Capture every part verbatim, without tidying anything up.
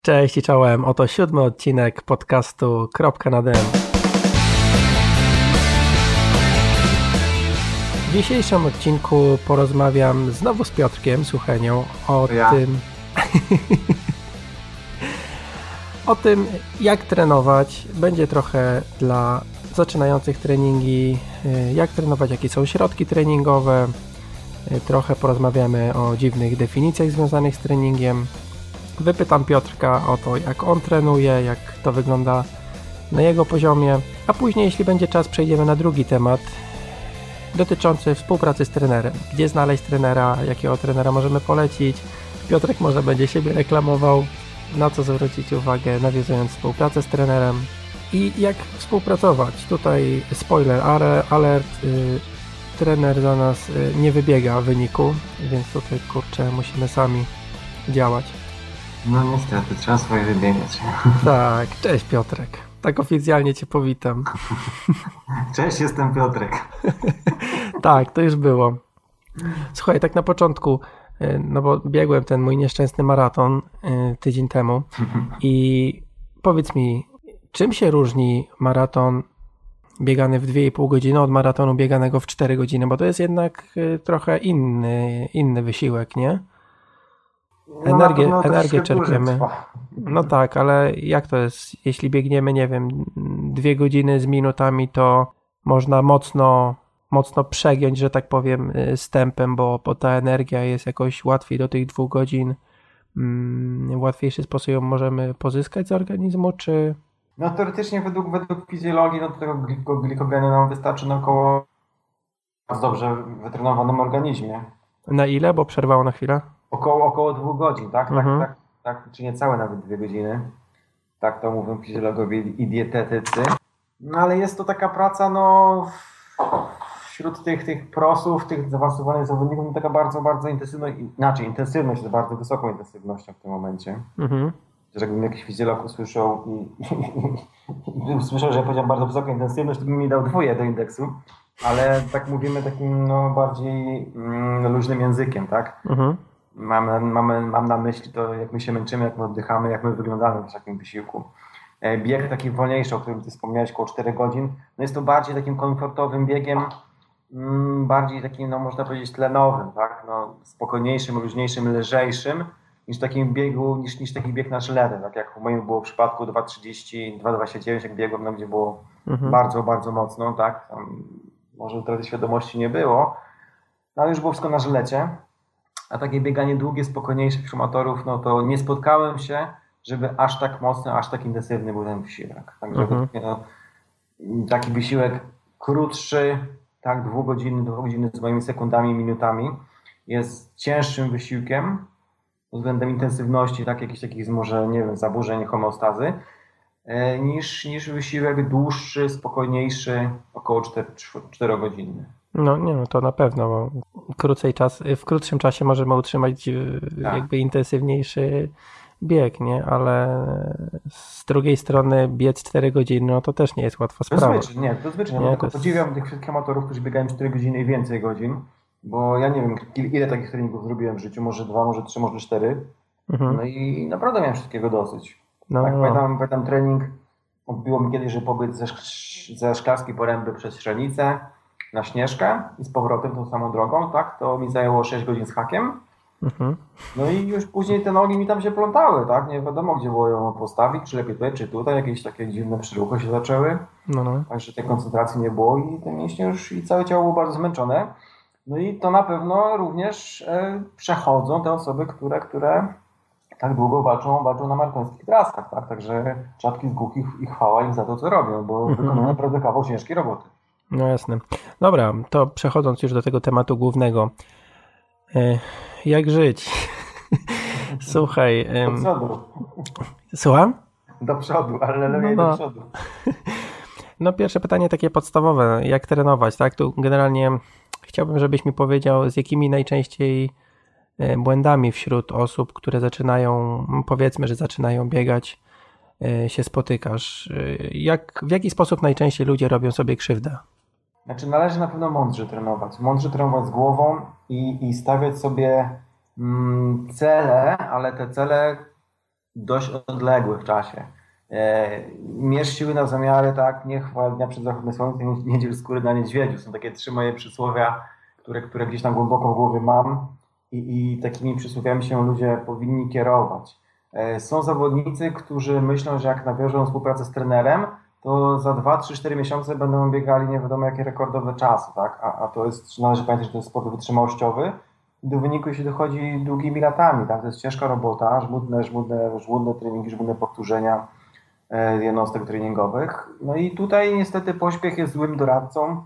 Cześć i czołem, oto siódmy odcinek podcastu Kropka nad M. W dzisiejszym odcinku porozmawiam znowu z Piotrkiem Suchenią o ja. tym o tym jak trenować. Będzie trochę dla zaczynających treningi, jak trenować, jakie są środki treningowe. Trochę porozmawiamy o dziwnych definicjach związanych z treningiem. Wypytam Piotrka o to, jak on trenuje, jak to wygląda na jego poziomie, a później, jeśli będzie czas, przejdziemy na drugi temat dotyczący współpracy z trenerem. Gdzie znaleźć trenera, jakiego trenera możemy polecić. Piotrek może będzie siebie reklamował, na co zwrócić uwagę, nawiązując współpracę z trenerem i jak współpracować. Tutaj spoiler alert, yy, trener za nas yy, nie wybiega wyniku, więc tutaj kurczę, musimy sami działać. No niestety, trzeba swoje wybiegać. Tak, cześć Piotrek. Tak oficjalnie Cię powitam. Cześć, jestem Piotrek. Tak, to już było. Słuchaj, tak na początku, no bo biegłem ten mój nieszczęsny maraton tydzień temu i powiedz mi, czym się różni maraton biegany w dwie i pół godziny od maratonu bieganego w cztery godziny, bo to jest jednak trochę inny, inny wysiłek, nie? Energię, no energię czerpiemy. No tak, ale jak to jest? Jeśli biegniemy, nie wiem, dwie godziny z minutami, to można mocno, mocno przegiąć, że tak powiem, z tempem, bo, bo ta energia jest jakoś łatwiej do tych dwóch godzin. W łatwiejszy sposób ją możemy pozyskać z organizmu, czy... No teoretycznie według, według fizjologii, no do tego glikogenu nam wystarczy na około w dobrze wytrenowanym organizmie. Na ile? Bo przerwało na chwilę. Około, około dwóch godzin, tak? Mhm. Tak, tak, tak, czy niecałe nawet dwie godziny. Tak to mówią fizjologowie i dietetycy. No ale jest to taka praca, no wśród tych, tych prosów, tych zaawansowanych zawodników, no taka bardzo, bardzo intensywna, inaczej, intensywność jest bardzo wysoką intensywnością w tym momencie. Mhm. Że jakbym jakiś fizjolog usłyszał i, i, i usłyszał, że ja powiedziałem bardzo wysoką intensywność, to bym mi dał dwoje do indeksu. Ale tak mówimy takim no, bardziej mm, luźnym językiem, tak? Mhm. Mamy, mamy, mam na myśli to, jak my się męczymy, jak my oddychamy, jak my wyglądamy w takim wysiłku. Bieg taki wolniejszy, o którym Ty wspomniałeś, około czterech godzin, no jest to bardziej takim komfortowym biegiem, mm, bardziej takim, no można powiedzieć, tlenowym, tak? No, spokojniejszym, luźniejszym, lżejszym niż takim biegu, niż, niż taki bieg na żyletę, tak jak w moim było w przypadku dwa trzydzieści, dwa dwadzieścia dziewięć, jak biegłem, no, gdzie było mhm. bardzo, bardzo mocno, tak? Tam może utraty świadomości nie było, no ale już było wszystko na żylecie. A takie bieganie długie, spokojniejsze wśród amatorów, no to nie spotkałem się, żeby aż tak mocny, aż tak intensywny był ten wysiłek. Także mhm. no, taki wysiłek krótszy, tak, dwóch godzin, dwóch godzin z moimi sekundami, minutami, jest cięższym wysiłkiem pod względem intensywności, tak, jakichś takich może, nie wiem, zaburzeń homeostazy, niż, niż wysiłek dłuższy, spokojniejszy, około czterogodzinny. No nie, no to na pewno, bo krócej czas, w krótszym czasie możemy utrzymać tak. jakby intensywniejszy bieg, nie? Ale z drugiej strony biec cztery godziny, no to też nie jest łatwa sprawa. To zwyczaj, nie, to zwyczaj. Ja tylko jest... podziwiam tych wszystkich amatorów, którzy biegają cztery godziny i więcej godzin, bo ja nie wiem, ile takich treningów zrobiłem w życiu, może dwa, może trzy, może cztery. Mhm. No i naprawdę miałem wszystkiego dosyć. No, tak, no. Pamiętam, pamiętam trening, odbiło mi kiedyś, że pobyt ze, ze Szklarskiej Poręby przez Strzelnicę na Śnieżkę i z powrotem tą samą drogą, tak, to mi zajęło sześć godzin z hakiem. Mhm. No i już później te nogi mi tam się plątały, tak, nie wiadomo gdzie było ją postawić, czy lepiej tutaj, czy tutaj, jakieś takie dziwne przyruchy się zaczęły, no, no. Także tej koncentracji nie było i te mięśnie już i całe ciało było bardzo zmęczone. No i to na pewno również e, przechodzą te osoby, które, które tak długo walczą, walczą na maratońskich trasach, tak, także czapki z głów i chwała im za to, co robią, bo mhm. wykonują naprawdę kawał ciężkiej roboty. No jasne. Dobra, to przechodząc już do tego tematu głównego. Jak żyć? Słuchaj. Do przodu. Słucham? Do przodu, ale lepiej no, no. do przodu. No pierwsze pytanie takie podstawowe. Jak trenować, tak? Tu generalnie chciałbym, żebyś mi powiedział, z jakimi najczęściej błędami wśród osób, które zaczynają, powiedzmy, że zaczynają biegać, się spotykasz. Jak, w jaki sposób najczęściej ludzie robią sobie krzywdę? Znaczy należy na pewno mądrze trenować. Mądrze trenować z głową i, i stawiać sobie mm, cele, ale te cele dość odległy w czasie. E, mierz siły na zamiary, tak, nie chwal dnia przed zachodem słońca, nie, nie dziel skóry na niedźwiedziu. Są takie trzy moje przysłowia, które, które gdzieś tam głęboko w głowie mam i, i takimi przysłowiami się ludzie powinni kierować. E, są zawodnicy, którzy myślą, że jak nawiążą współpracę z trenerem, to za dwa, trzy, cztery miesiące będą biegali nie wiadomo jakie rekordowe czasy, tak? A, a to jest, należy pamiętać, że to jest sport wytrzymałościowy. Do wyniku się dochodzi długimi latami, tak? To jest ciężka robota, żmudne, żmudne, żmudne treningi, żmudne powtórzenia e, jednostek treningowych. No i tutaj niestety pośpiech jest złym doradcą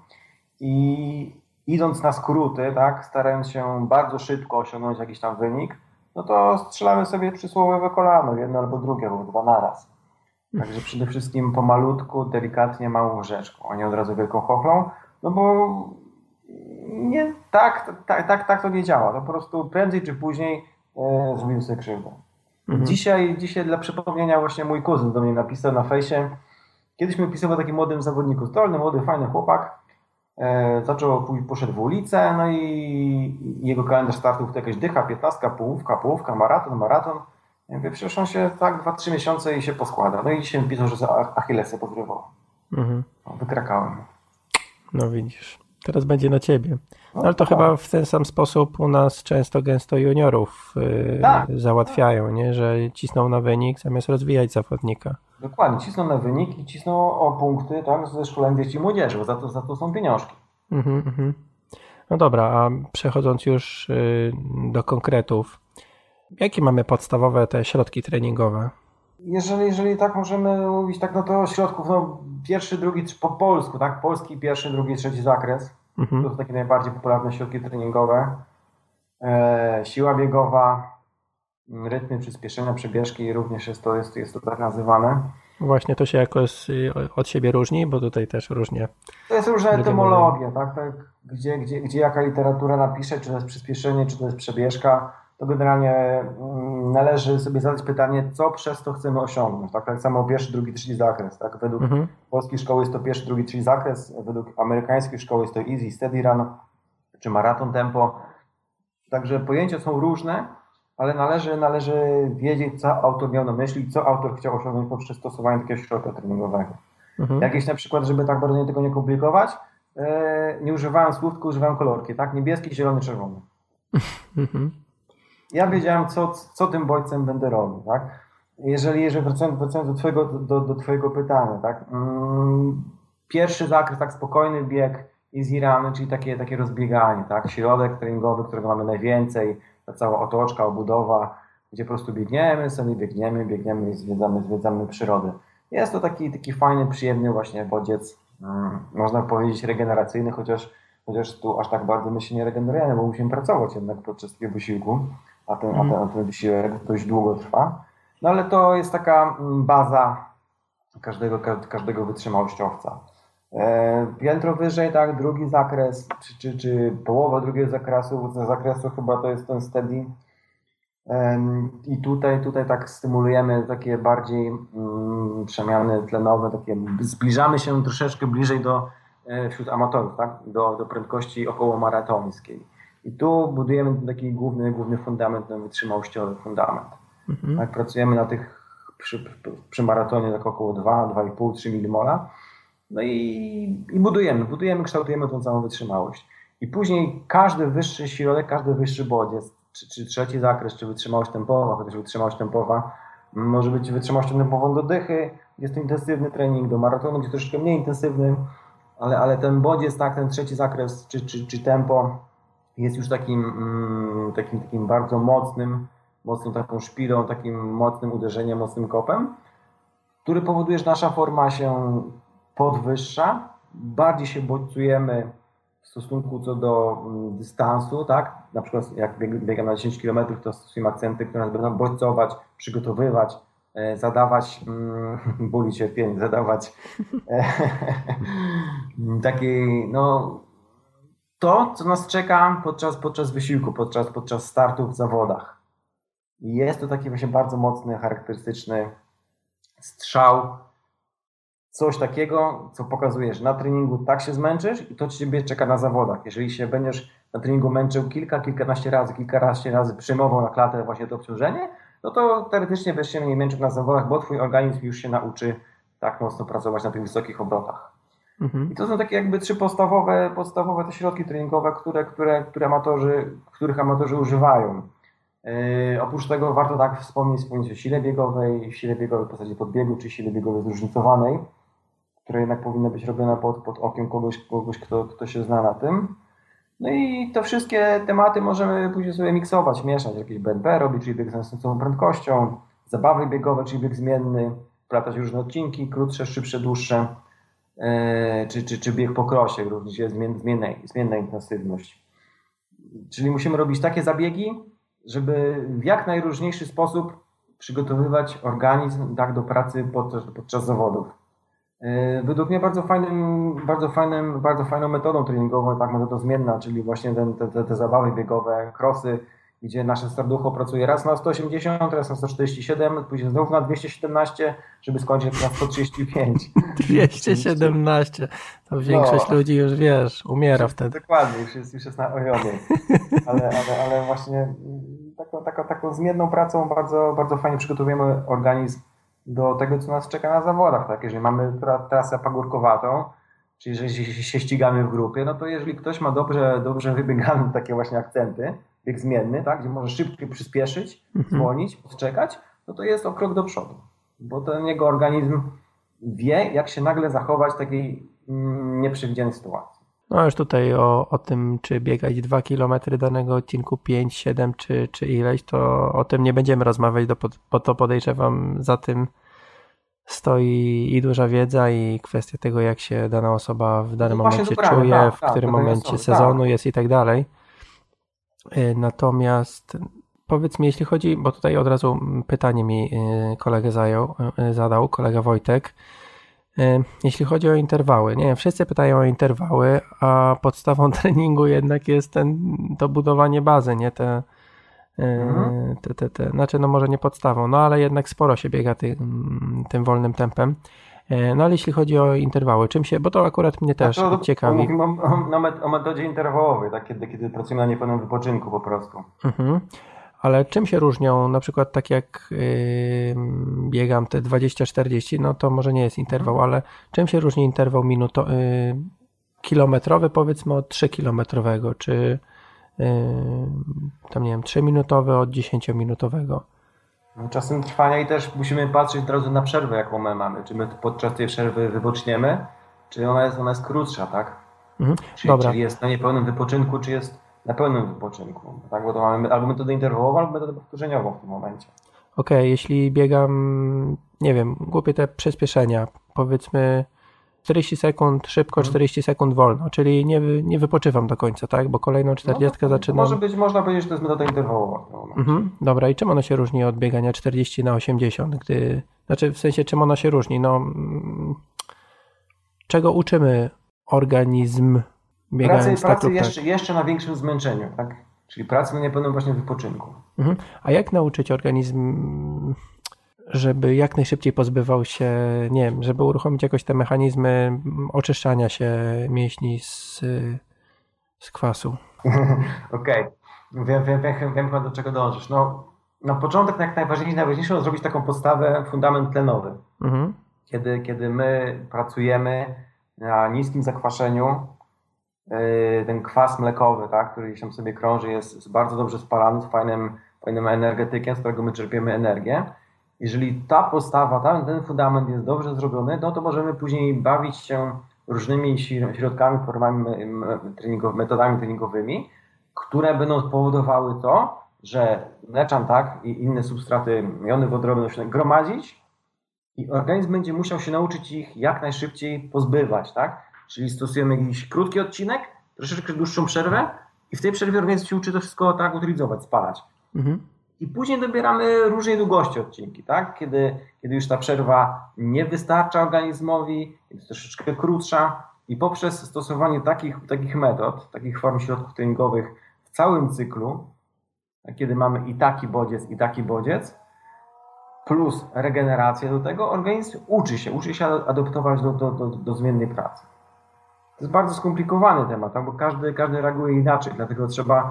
i idąc na skróty, tak, starając się bardzo szybko osiągnąć jakiś tam wynik, no to strzelamy sobie przysłowiowe kolano, jedno albo drugie, albo dwa naraz. Także przede wszystkim pomalutku, delikatnie, małą łyżeczką, a nie od razu wielką chochlą, no bo nie, tak, tak, tak, tak to nie działa. To po prostu prędzej czy później e, zrobimy sobie krzywdę. Mhm. Dzisiaj, dzisiaj dla przypomnienia właśnie mój kuzyn do mnie napisał na fejsie. Kiedyś mi opisywał o takim młodym zawodniku, zdolny, młody, fajny chłopak. E, zaczął, poszedł w ulicę, no i jego kalendarz startów to jakaś dycha, piętnastka, połówka, połówka, maraton, maraton. Ja mówię, przecież on się tak dwa trzy miesiące i się poskłada. No i dzisiaj mi pisał, że za Achillesy podrywał. Mhm. No, wykrakałem. No widzisz, teraz będzie na ciebie. No, ale to tak. chyba w ten sam sposób u nas często gęsto juniorów yy, Tak. załatwiają, nie? Że cisną na wynik zamiast rozwijać zawodnika. Dokładnie, cisną na wynik i cisną o punkty tak, ze szkoleń dzieci i młodzieży, bo za to, za to są pieniążki. Mhm, mhm. No dobra, a przechodząc już yy, do konkretów, jakie mamy podstawowe te środki treningowe? Jeżeli, jeżeli tak możemy mówić, tak, no to środków, no pierwszy, drugi, po polsku, tak, polski pierwszy, drugi, trzeci zakres. Mhm. To są takie najbardziej popularne środki treningowe. E, siła biegowa, rytmy przyspieszenia, przebieżki, również jest to, jest, jest to tak nazywane. Właśnie to się jakoś od siebie różni, bo tutaj też różnie. To jest różna etymologia, tak? tak gdzie, gdzie, gdzie jaka literatura napisze, czy to jest przyspieszenie, czy to jest przebieżka, to generalnie należy sobie zadać pytanie, co przez to chcemy osiągnąć. Tak, tak samo pierwszy, drugi, trzeci zakres. Tak? Według mhm. polskiej szkoły jest to pierwszy, drugi, trzeci zakres, według amerykańskiej szkoły jest to easy, steady run, czy maraton tempo. Także pojęcia są różne, ale należy, należy wiedzieć, co autor miał na myśli, co autor chciał osiągnąć poprzez stosowanie takiego środka treningowego. Mhm. Jakieś na przykład, żeby tak bardzo tego nie komplikować, e, nie używałem słów, tylko używałem kolorki, tak? Niebieski, zielony, czerwony. Mhm. Ja wiedziałem, co, co tym bodźcem będę robił, tak? Jeżeli, jeżeli wracając, wracając do, twojego, do, do twojego pytania, tak? Mm, pierwszy zakres, tak, spokojny bieg easy run, czyli takie, takie rozbieganie, tak? Środek treningowy, którego mamy najwięcej, ta cała otoczka, obudowa, gdzie po prostu biegniemy, sobie biegniemy, biegniemy i zwiedzamy, zwiedzamy przyrodę. Jest to taki, taki fajny, przyjemny właśnie bodziec, hmm, można powiedzieć regeneracyjny, chociaż, chociaż tu aż tak bardzo my się nie regenerujemy, bo musimy pracować jednak podczas takiego wysiłku, a ten, mm. a ten, a ten wysiłek dość długo trwa. No ale to jest taka baza każdego, każdego wytrzymałościowca. E, piętro wyżej, tak, drugi zakres, czy, czy, czy połowa drugiego zakresu, zakresu chyba to jest ten steady. E, I tutaj, tutaj tak stymulujemy takie bardziej mm, przemiany tlenowe, takie, zbliżamy się troszeczkę bliżej do, e, wśród amatorów, tak, do, do prędkości około maratońskiej. I tu budujemy taki główny, główny fundament, ten wytrzymałościowy fundament. Mhm. Tak, pracujemy na tych przy, przy maratonie tak około dwa, dwa i pół, trzy milimola. No i, i budujemy, budujemy, kształtujemy tą całą wytrzymałość. I później każdy wyższy środek, każdy wyższy bodziec, czy, czy trzeci zakres, czy wytrzymałość tempowa, chociaż wytrzymałość tempowa może być wytrzymałością tempową do dychy, jest to intensywny trening, do maratonu, gdzie troszeczkę mniej intensywny, ale, ale ten bodziec, tak, ten trzeci zakres, czy, czy, czy tempo jest już takim, mm, takim, takim bardzo mocnym, mocną taką szpilą, takim mocnym uderzeniem, mocnym kopem, który powoduje, że nasza forma się podwyższa, bardziej się bodźcujemy w stosunku co do dystansu, tak? Na przykład jak biegam na dziesięć kilometrów, to stosujemy akcenty, które nas będą bodźcować, przygotowywać, e, zadawać, mm, bóli cierpienie, zadawać e, takiej, no, to, co nas czeka podczas, podczas wysiłku, podczas, podczas startów w zawodach. I jest to taki właśnie bardzo mocny, charakterystyczny strzał, coś takiego, co pokazuje, że na treningu tak się zmęczysz i to ciebie czeka na zawodach. Jeżeli się będziesz na treningu męczył kilka, kilkanaście razy, kilkanaście razy przyjmował na klatę właśnie to obciążenie, no to teoretycznie będziesz się mniej męczył na zawodach, bo twój organizm już się nauczy tak mocno pracować na tych wysokich obrotach. Mhm. I to są takie jakby trzy podstawowe, podstawowe te środki treningowe, które, które, które amatorzy, których amatorzy używają. Yy, oprócz tego warto tak wspomnieć, wspomnieć o sile biegowej, sile biegowej w postaci podbiegu, czy sile biegowej zróżnicowanej, która jednak powinna być robiona pod, pod okiem kogoś, kogoś kto, kto się zna na tym. No i te wszystkie tematy możemy później sobie miksować, mieszać. Jakiś B N P robić, czyli bieg z następną prędkością, zabawy biegowe, czyli bieg zmienny, wplatać różne odcinki, krótsze, szybsze, dłuższe, yy, czy, czy, czy bieg po krosie, również jest zmienna, zmienna intensywność. Czyli musimy robić takie zabiegi, żeby w jak najróżniejszy sposób przygotowywać organizm tak do pracy podczas, podczas zawodów. Według mnie bardzo fajnym, bardzo fajnym, bardzo fajną metodą treningową, tak metoda zmienna, czyli właśnie ten, te, te, te zabawy biegowe, crossy, gdzie nasze serducho pracuje raz na sto osiemdziesiąt, raz na sto czterdzieści siedem, później znów na dwieście siedemnaście, żeby skończyć na sto trzydzieści pięć. dwieście siedemnaście. To większość no. ludzi już, wiesz, umiera wtedy. Dokładnie, już jest, już jest na ojomie. Ale, ale, ale właśnie taką, taką, taką zmienną pracą bardzo, bardzo fajnie przygotowujemy organizm do tego, co nas czeka na zawodach. Tak? Jeżeli mamy trasę pagórkowatą, czyli jeżeli się ścigamy w grupie, no to jeżeli ktoś ma dobrze, dobrze wybiegane takie właśnie akcenty, bieg zmienny, tak? Gdzie może szybko przyspieszyć, zwolnić, odczekać, no to jest o krok do przodu. Bo ten jego organizm wie, jak się nagle zachować w takiej mm, nieprzewidzianej sytuacji. No już tutaj o, o tym, czy biegać dwa kilometry danego odcinku, pięć, siedem czy, czy ileś, to o tym nie będziemy rozmawiać, bo to podejrzewam za tym stoi i duża wiedza i kwestia tego, jak się dana osoba w danym no momencie dobranie, czuje, tak, w tak, którym momencie są, sezonu tak. jest i tak dalej. Natomiast powiedz mi, jeśli chodzi, bo tutaj od razu pytanie mi kolega zajął, zadał, kolega Wojtek, jeśli chodzi o interwały, nie wiem, wszyscy pytają o interwały, a podstawą treningu jednak jest ten, to budowanie bazy, nie, te, mhm. te, te, te, znaczy no może nie podstawą, no ale jednak sporo się biega ty, tym wolnym tempem. No ale jeśli chodzi o interwały, czym się, bo to akurat mnie też to, ciekawi. Mówimy o, o, o metodzie interwałowej, tak, kiedy, kiedy pracujemy na niepełnym wypoczynku po prostu. Mhm. Ale czym się różnią, na przykład tak jak yy, biegam te dwadzieścia czterdzieści, no to może nie jest interwał, ale czym się różni interwał minuto, yy, kilometrowy powiedzmy od trzykilometrowego, czy yy, tam nie wiem, trzyminutowy od dziesięciominutowego? No, czasem trwania i też musimy patrzeć od razu na przerwę, jaką my mamy. Czy my podczas tej przerwy wypoczniemy, czy ona jest, ona jest krótsza, tak? Mhm. Czyli, Dobra. czyli jest na niepełnym wypoczynku, czy jest na pełnym wypoczynku, tak? Bo to mamy albo metodę interwałową, albo metodę powtórzeniową w tym momencie. Okej, okay, jeśli biegam, nie wiem, głupie te przyspieszenia, powiedzmy czterdzieści sekund szybko, hmm. czterdzieści sekund wolno, czyli nie, nie wypoczywam do końca, tak? Bo kolejną czterdziestkę no, zaczynam... Może być, można powiedzieć, że to jest metoda interwałowa. Mhm. Dobra, i czym ona się różni od biegania czterdzieści na osiemdziesiąt? Gdy... Znaczy w sensie, czym ona się różni? No, czego uczymy organizm biegając pracy, tak pracy lub jeszcze, tak? jeszcze na większym zmęczeniu, tak? Czyli pracy na niepełnym właśnie wypoczynku. Mhm. A jak nauczyć organizm, żeby jak najszybciej pozbywał się, nie wiem, żeby uruchomić jakoś te mechanizmy oczyszczania się mięśni z, z kwasu? Okej, okay. wiem, wiem, wiem, wiem do czego dążysz. No, na początek jak najważniejsze, najważniejsze zrobić taką podstawę, fundament tlenowy. Mhm. Kiedy, kiedy my pracujemy na niskim zakwaszeniu, ten kwas mlekowy, tak, który gdzieś tam sobie krąży, jest bardzo dobrze spalany, z fajnym, fajnym energetykiem, z którego my czerpiemy energię. Jeżeli ta postawa, ten, ten fundament jest dobrze zrobiony, no to możemy później bawić się różnymi środkami, formami treningowymi, metodami treningowymi, które będą spowodowały to, że mleczan, tak, i inne substraty, jony wodorowe będą się gromadzić i organizm będzie musiał się nauczyć ich jak najszybciej pozbywać, tak? Czyli stosujemy jakiś krótki odcinek, troszeczkę dłuższą przerwę i w tej przerwie organizm się uczy to wszystko tak utylizować, spalać. Mhm. I później dobieramy różnej długości odcinki, tak? Kiedy, kiedy już ta przerwa nie wystarcza organizmowi, jest troszeczkę krótsza i poprzez stosowanie takich, takich metod, takich form środków treningowych w całym cyklu, kiedy mamy i taki bodziec, i taki bodziec, plus regenerację do tego, organizm uczy się, uczy się adaptować do, do, do, do zmiennej pracy. To jest bardzo skomplikowany temat, tak? Bo każdy, każdy reaguje inaczej, dlatego trzeba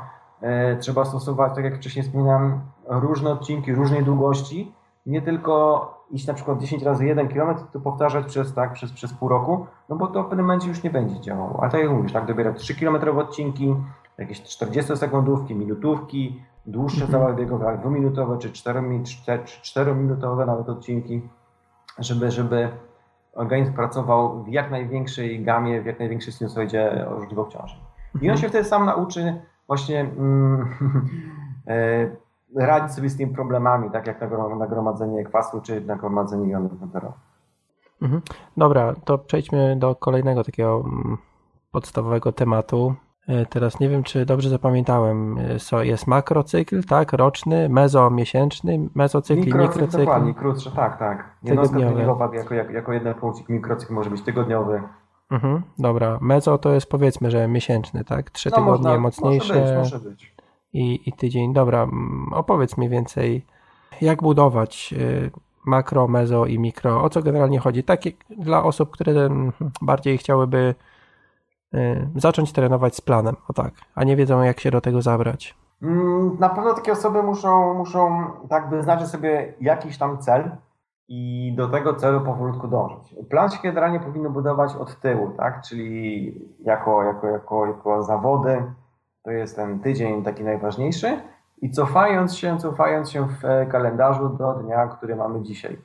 Trzeba stosować, tak jak wcześniej wspominałem, różne odcinki, różnej długości. Nie tylko iść na przykład dziesięć razy jeden kilometr, to powtarzać przez, tak, przez, przez pół roku, no bo to w pewnym momencie już nie będzie działało. Ale tak jak mówisz, tak, dobierać trzy kilometrowe odcinki, jakieś czterdziestosekundówki, minutówki, dłuższe zabawy biegowe, jak dwuminutowe czy czterominutowe nawet odcinki, żeby, żeby organizm pracował w jak największej gamie, w jak największej sinusoidzie różnych obciążeń. I on się wtedy sam nauczy właśnie mm, radzić sobie z tymi problemami, tak jak nagromadzenie kwasu czy nagromadzenie jonów węglowych. Mhm. Dobra, to przejdźmy do kolejnego takiego mm, podstawowego tematu. Teraz nie wiem, czy dobrze zapamiętałem. Jest makrocykl, tak, roczny, mezomiesięczny, mezocykl i mikrocykl. Dokładnie, krótsze, tak, tak. Jednostka treningowa jako, jako, jako jeden punkcik, mikrocykl może być tygodniowy. Mhm, dobra, mezo to jest powiedzmy, że miesięczny, tak? Trzy no, tygodnie można, mocniejsze może być, może być. I, i tydzień. Dobra, opowiedz mi więcej, jak budować makro, mezo i mikro, o co generalnie chodzi? Tak dla osób, które bardziej chciałyby zacząć trenować z planem, o tak, a nie wiedzą, jak się do tego zabrać. Na pewno takie osoby muszą, muszą tak wyznaczyć sobie jakiś tam cel i do tego celu powolutku dążyć. Plan się generalnie powinno budować od tyłu, tak? Czyli jako, jako, jako, jako zawody, to jest ten tydzień taki najważniejszy i cofając się, cofając się w kalendarzu do dnia, który mamy dzisiaj.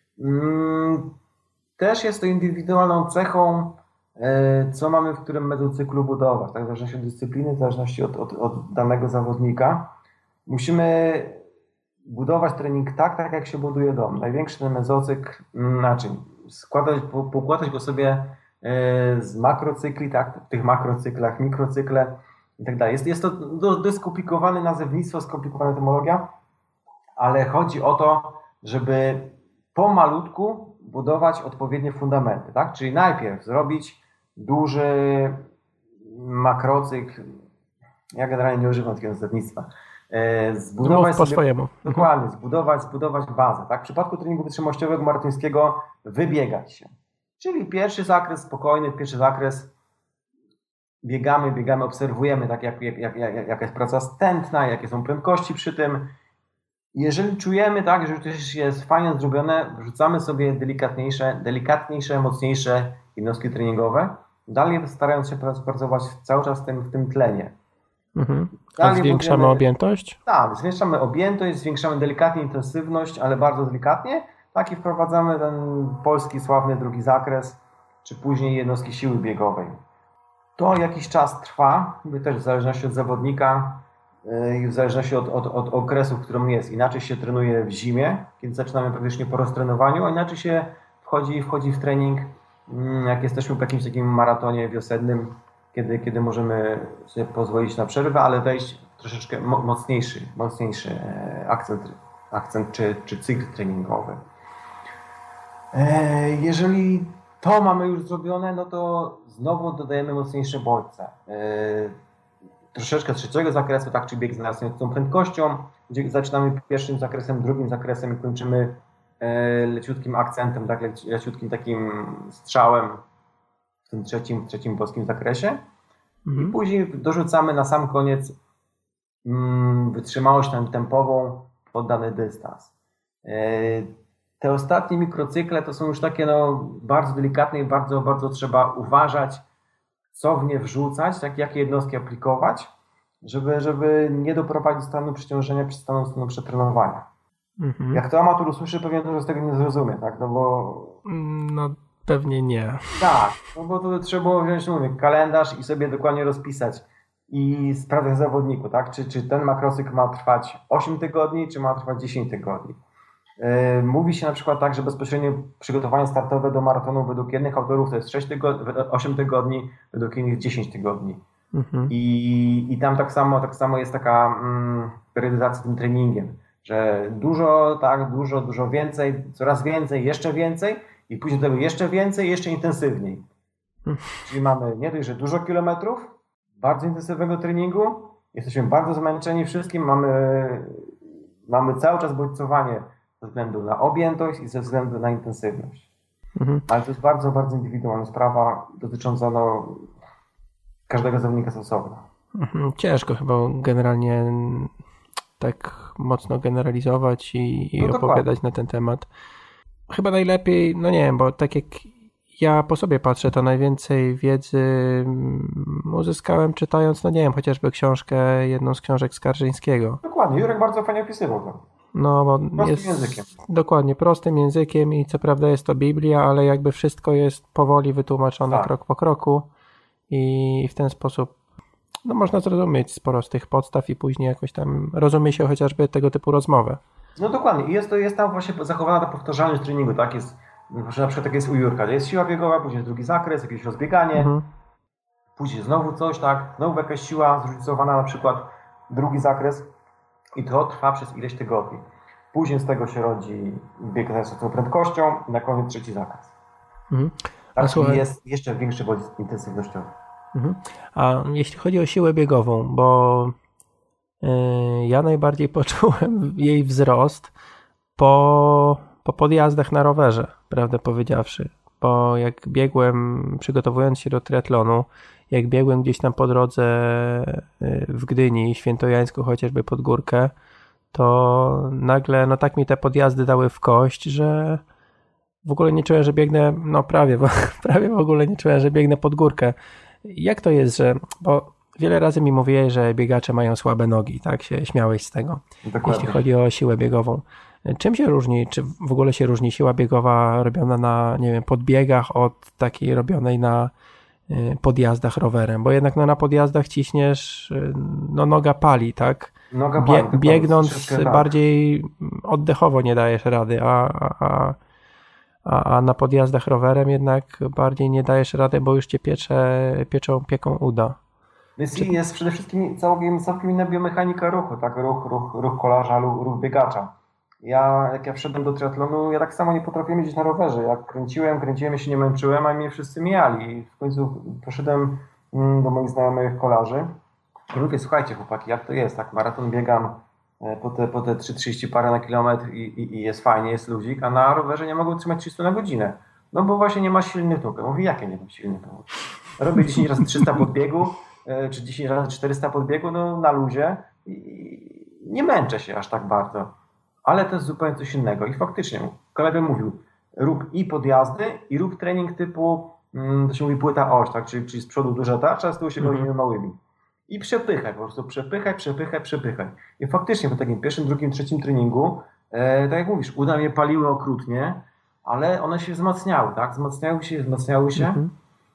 Też jest to indywidualną cechą, co mamy w którym mezocyklu budować, tak? W zależności od dyscypliny, w zależności od, od, od danego zawodnika. Musimy budować trening tak, tak jak się buduje dom. Największy ten mezocykl, znaczy składać, pokładać go sobie z makrocykli, tak? W tych makrocyklach, mikrocykle i tak dalej. Jest, jest to dość skomplikowane nazewnictwo, skomplikowana etymologia, ale chodzi o to, żeby pomalutku budować odpowiednie fundamenty, tak? Czyli najpierw zrobić duży makrocykl, ja generalnie nie używam takiego nazewnictwa, zbudować po sobie, swojemu. Dokładnie, zbudować, zbudować bazę, tak? W przypadku treningu wytrzymałościowego maratońskiego wybiegać się. Czyli pierwszy zakres spokojny, pierwszy zakres biegamy, biegamy, obserwujemy, tak, jak, jak, jak, jak, jaka jest praca stętna, jakie są prędkości przy tym. Jeżeli czujemy, tak, że coś jest fajnie zrobione, wrzucamy sobie delikatniejsze, delikatniejsze, mocniejsze jednostki treningowe, dalej starając się pracować cały czas w tym, w tym tlenie. Mhm. A zwiększamy budujemy, objętość? Tak, zwiększamy objętość, zwiększamy delikatnie intensywność, ale bardzo delikatnie. Tak i wprowadzamy ten polski sławny drugi zakres, czy później jednostki siły biegowej. To jakiś czas trwa, też w zależności od zawodnika i w zależności od, od, od okresu, w którym jest. Inaczej się trenuje w zimie, kiedy zaczynamy praktycznie po roztrenowaniu, a inaczej się wchodzi, wchodzi w trening, jak jesteśmy w jakimś takim maratonie wiosennym, kiedy, kiedy możemy sobie pozwolić na przerwę, ale wejść w troszeczkę mocniejszy, mocniejszy akcent, akcent czy, czy cykl treningowy. Jeżeli to mamy już zrobione, no to znowu dodajemy mocniejsze bodźce. Troszeczkę trzeciego zakresu, tak, czy bieg z narastającą prędkością, gdzie zaczynamy pierwszym zakresem, drugim zakresem i kończymy leciutkim akcentem, tak, leciutkim takim strzałem w tym trzecim, trzecim polskim zakresie. Mhm. I później dorzucamy na sam koniec mm, wytrzymałość tempową pod dany dystans. Te ostatnie mikrocykle to są już takie no, bardzo delikatne i bardzo, bardzo trzeba uważać, co w nie wrzucać, tak, jakie jednostki aplikować, żeby, żeby nie doprowadzić do stanu przeciążenia czy stanu, stanu przetrenowania. Mhm. Jak to amator usłyszy, pewnie dużo z tego nie zrozumie, tak, no bo... No pewnie nie. Tak, no bo to trzeba było wziąć, mówię, kalendarz i sobie dokładnie rozpisać i sprawdzać zawodniku, tak, czy, czy ten makrocykl ma trwać osiem tygodni, czy ma trwać dziesięć tygodni. Yy, mówi się na przykład tak, że bezpośrednio przygotowanie startowe do maratonu według jednych autorów to jest sześć tygodni, osiem tygodni, według innych dziesięć tygodni. Mhm. I, I tam tak samo, tak samo jest taka mm, periodyzacja tym treningiem, że dużo, tak, dużo, dużo więcej, coraz więcej, jeszcze więcej i później do tego jeszcze więcej, jeszcze intensywniej. Mhm. Czyli mamy nie dość, że dużo kilometrów, bardzo intensywnego treningu, jesteśmy bardzo zmęczeni wszystkim, mamy, mamy cały czas bodźcowanie ze względu na objętość i ze względu na intensywność. Mhm. Ale to jest bardzo, bardzo indywidualna sprawa dotycząca no, każdego zawodnika z osobna. Mhm. Ciężko chyba generalnie tak mocno generalizować i, i No dokładnie. opowiadać na ten temat. Chyba najlepiej, no nie wiem, bo tak jak ja po sobie patrzę, to najwięcej wiedzy mm, uzyskałem czytając, no nie wiem, chociażby książkę, jedną z książek Skarżyńskiego. Dokładnie, Jurek bardzo fajnie opisywał to. No, bo Prostym jest językiem. dokładnie prostym językiem i co prawda jest to Biblia, ale jakby wszystko jest powoli wytłumaczone Tak. krok po kroku i w ten sposób no, można zrozumieć sporo z tych podstaw i później jakoś tam rozumie się chociażby tego typu rozmowę. No dokładnie. I jest, to, jest tam właśnie zachowana ta powtarzalność treningu, tak? Jest, że na przykład tak jest u Jurka, jest siła biegowa, później jest drugi zakres, jakieś rozbieganie, Mhm. później znowu coś, tak? Znowu jakaś siła zróżnicowana, na przykład drugi zakres i to trwa przez ileś tygodni. Później z tego się rodzi bieg z wysoką prędkością i na koniec trzeci zakres. Mhm. A Tak, słuchaj, i jest jeszcze większy bodziec intensywnościowy. mhm. A jeśli chodzi o siłę biegową, bo yy, ja najbardziej poczułem jej wzrost po, po podjazdach na rowerze, prawdę powiedziawszy. Bo jak biegłem, przygotowując się do triatlonu, jak biegłem gdzieś tam po drodze yy, w Gdyni, Świętojańsku chociażby pod górkę, to nagle no tak mi te podjazdy dały w kość, że w ogóle nie czułem, że biegnę, no prawie, bo, prawie w ogóle nie czułem, że biegnę pod górkę. Jak to jest, że, bo wiele razy mi mówiłeś, że biegacze mają słabe nogi, tak się śmiałeś z tego, Dokładnie. jeśli chodzi o siłę biegową. Czym się różni, czy w ogóle się różni siła biegowa robiona na, nie wiem, podbiegach od takiej robionej na y, podjazdach rowerem? Bo jednak no, na podjazdach ciśniesz, y, no noga pali, tak? Noga Bie, pali, dokładnie, biegnąc troszeczkę tak. bardziej oddechowo nie dajesz rady, a, a, a, a na podjazdach rowerem jednak bardziej nie dajesz rady, bo już cię piecze, pieczą, pieką uda. Jest, jest przede wszystkim całkiem, całkiem inna biomechanika ruchu, tak? Ruch, ruch, ruch kolarza, ruch, ruch biegacza. Ja, jak ja wszedłem do triatlonu, ja tak samo nie potrafiłem jeździć na rowerze. Jak kręciłem, kręciłem, ja się nie męczyłem, a mnie wszyscy mijali. I w końcu poszedłem mm, do moich znajomych kolarzy i mówię, słuchajcie chłopaki, jak to jest, tak? Maraton biegam e, po te, po te trzy trzydzieści parę na kilometr i, i, i jest fajnie, jest ludzik, a na rowerze nie mogę trzymać trzysta na godzinę. No bo właśnie nie ma silnych nóg. Ja mówię, jakie nie mam silnych nóg? Robię dziesięć razy trzysta podbiegu, e, czy dziesięć razy czterysta podbiegu, no na luzie i nie męczę się aż tak bardzo. Ale to jest zupełnie coś innego. I faktycznie, kolega mówił, rób i podjazdy, i rób trening typu, to się mówi płyta oś, tak? czyli, czyli z przodu duże tarcza, z tyłu się gonimy Mhm. małymi. I przepychaj, po prostu przepychaj, przepychaj, przepychaj. I faktycznie po takim pierwszym, drugim, trzecim treningu, e, tak jak mówisz, uda mnie paliły okrutnie, ale one się wzmacniały, tak? Wzmacniały się, wzmacniały się. Mhm.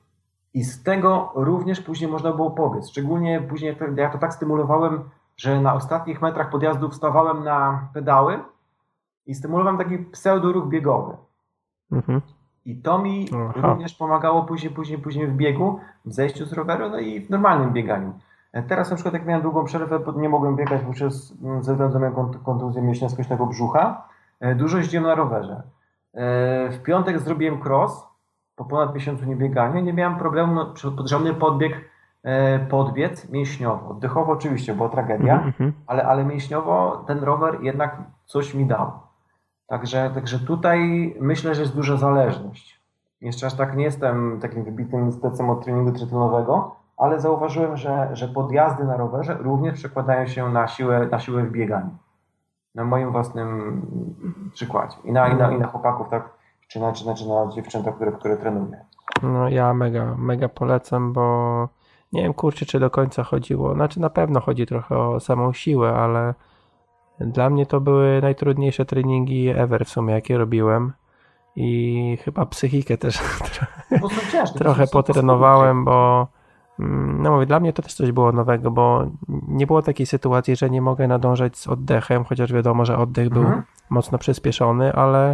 I z tego również później można było pobiec. Szczególnie później, jak ja to tak stymulowałem, że na ostatnich metrach podjazdu wstawałem na pedały i stymulowałem taki pseudoruch biegowy. Mhm. I to mi Aha. również pomagało później, później, później w biegu, w zejściu z roweru, no i w normalnym bieganiu. Teraz na przykład jak miałem długą przerwę, bo nie mogłem biegać, bo przez, ze względu na moją kontuzję mięśnia brzucha, dużo jeździłem na rowerze. W piątek zrobiłem cross, po ponad miesiącu niebiegania, nie miałem problemu, no, porządny podbieg, podbiec mięśniowo. Oddechowo oczywiście, była tragedia, Mhm. ale, ale mięśniowo ten rower jednak coś mi dał. Także, także tutaj myślę, że jest duża zależność. Jeszcze aż tak nie jestem takim wybitnym specem od treningu triatlonowego, ale zauważyłem, że, że podjazdy na rowerze również przekładają się na siłę, na siłę w bieganiu. Na moim własnym przykładzie. I na, i na, i na chłopaków, tak, czy na, czy na, czy na dziewczęta, które, które trenuję. No ja mega, mega polecam, bo nie wiem kurczę, czy do końca chodziło. Znaczy na pewno chodzi trochę o samą siłę, ale dla mnie to były najtrudniejsze treningi ever w sumie, jakie robiłem. I chyba psychikę też Bo są ciężkie, trochę są, są potrenowałem, bo no mówię, dla mnie to też coś było nowego, bo nie było takiej sytuacji, że nie mogę nadążać z oddechem, chociaż wiadomo, że oddech był mhm. mocno przyspieszony, ale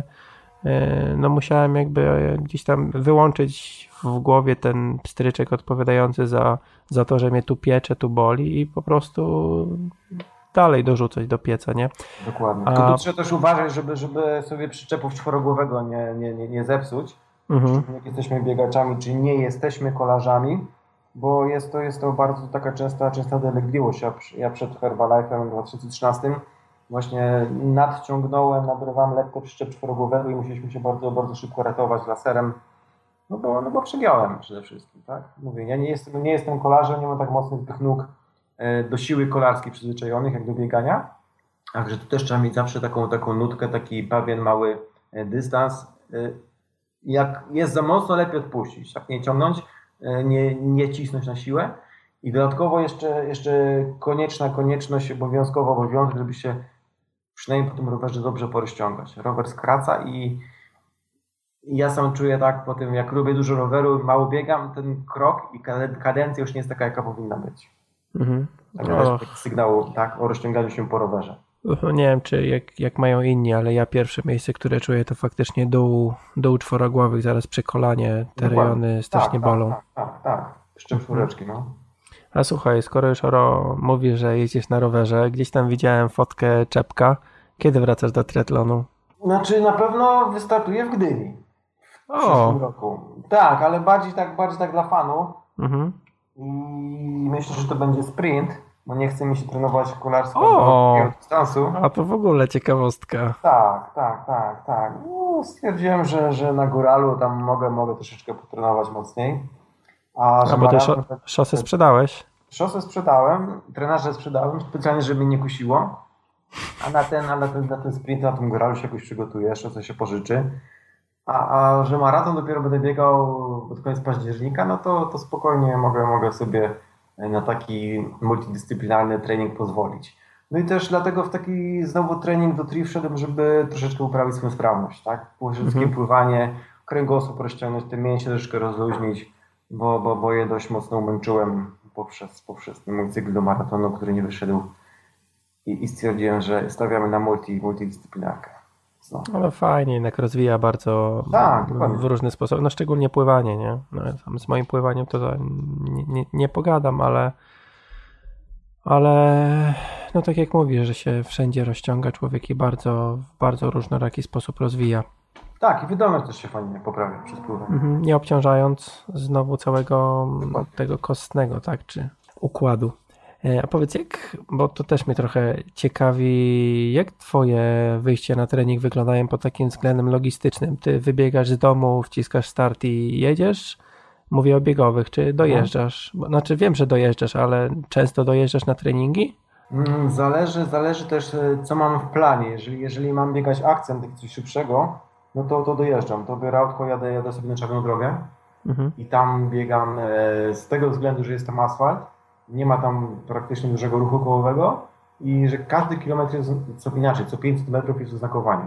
no musiałem jakby gdzieś tam wyłączyć w głowie ten pstryczek odpowiadający za, za to, że mnie tu piecze, tu boli i po prostu dalej dorzucać do pieca, nie? Dokładnie. A... Tylko tu trzeba też uważać, żeby, żeby sobie przyczepów czworogłowego nie, nie, nie, nie zepsuć. Mhm. Jak jesteśmy biegaczami, czy nie jesteśmy kolarzami, bo jest to, jest to bardzo taka częsta, częsta dolegliwość. Ja, ja przed Herbalife'em w dwa tysiące trzynastym właśnie nadciągnąłem, nabrywałem lekko przyczep czworogłowego i musieliśmy się bardzo, bardzo szybko ratować laserem, no bo, no bo przegiąłem przede wszystkim, tak? Mówię, ja nie jestem, nie jestem kolarzem, nie mam tak mocnych tych nóg, do siły kolarskiej przyzwyczajonych, jak do biegania. Także tu też trzeba mieć zawsze taką, taką nutkę, taki pewien mały dystans. Jak jest za mocno, lepiej odpuścić, tak nie ciągnąć, nie, nie cisnąć na siłę. I dodatkowo jeszcze, jeszcze konieczna konieczność, obowiązkowy obowiązek, żeby się przynajmniej po tym rowerze dobrze porozciągać. Rower skraca i, i ja sam czuję tak po tym, jak robię dużo roweru, mało biegam, ten krok i kadencja już nie jest taka, jaka powinna być. Mhm. Tak, to taki sygnał, tak, o rozciąganiu się po rowerze. Nie wiem, czy jak, jak mają inni, ale ja pierwsze miejsce, które czuję, to faktycznie dół, dół czworogłowych, zaraz przy kolanie, te no rejony strasznie tak, bolą. Tak, tak, tak, tak. Jeszcze czwóreczki, no. A słuchaj, skoro już Oro mówi, że jeździsz na rowerze, gdzieś tam widziałem fotkę czepka. Kiedy wracasz do triatlonu? Znaczy na pewno wystartuję w Gdyni w o. przyszłym roku. Tak, ale bardziej tak, bardziej tak dla fanu. Mhm. I myślę, że to będzie sprint, bo nie chce mi się trenować kolarstwa do dystansu. A to w ogóle ciekawostka. Tak, tak, tak, tak. No, stwierdziłem, że, że na góralu tam mogę, mogę troszeczkę potrenować mocniej. A, A bo ty szosę szosę sprzedałeś? Szosę sprzedałem, trenażer sprzedałem, specjalnie, żeby mnie nie kusiło. A na ten, a na ten, na ten sprint, na tym góralu się jakoś przygotuję, jeszcze coś się pożyczy. A, a że maraton dopiero będę biegał pod koniec października, no to, to spokojnie mogę, mogę sobie na taki multidyscyplinarny trening pozwolić. No i też dlatego w taki znowu trening do tri wszedłem, żeby troszeczkę uprawić swoją sprawność, tak? Przede wszystkim mhm. pływanie, kręgosłup rozciągnąć, te mięśnie troszeczkę rozluźnić, bo, bo, bo je dość mocno umęczyłem poprzez, poprzez ten mój cykl do maratonu, który nie wyszedł i, i stwierdziłem, że stawiamy na multi, multidyscyplinarkę. No. Ale fajnie, jednak rozwija bardzo tak, w różny sposób, no szczególnie pływanie, nie? No, tam z moim pływaniem to nie, nie, nie pogadam, ale ale no tak jak mówisz, że się wszędzie rozciąga człowiek i bardzo, w bardzo różnoraki sposób rozwija. Tak, i wydolność też się fajnie poprawia przez pływanie. Mhm, nie obciążając znowu całego Dokładnie. tego kostnego, tak, czy układu. A powiedz, jak, bo to też mnie trochę ciekawi, jak twoje wyjścia na trening wyglądają pod takim względem logistycznym? Ty wybiegasz z domu, wciskasz start i jedziesz? Mówię o biegowych, czy dojeżdżasz? Bo, znaczy wiem, że dojeżdżasz, ale często dojeżdżasz na treningi? Zależy, zależy też, co mam w planie. Jeżeli, jeżeli mam biegać akcent, taki coś szybszego, no to, to dojeżdżam. To biorę autko, jadę, jadę sobie na Czarną Drogę mhm. i tam biegam z tego względu, że jest tam asfalt. Nie ma tam praktycznie dużego ruchu kołowego i że każdy kilometr jest co inaczej, co pięćset metrów jest oznakowanie.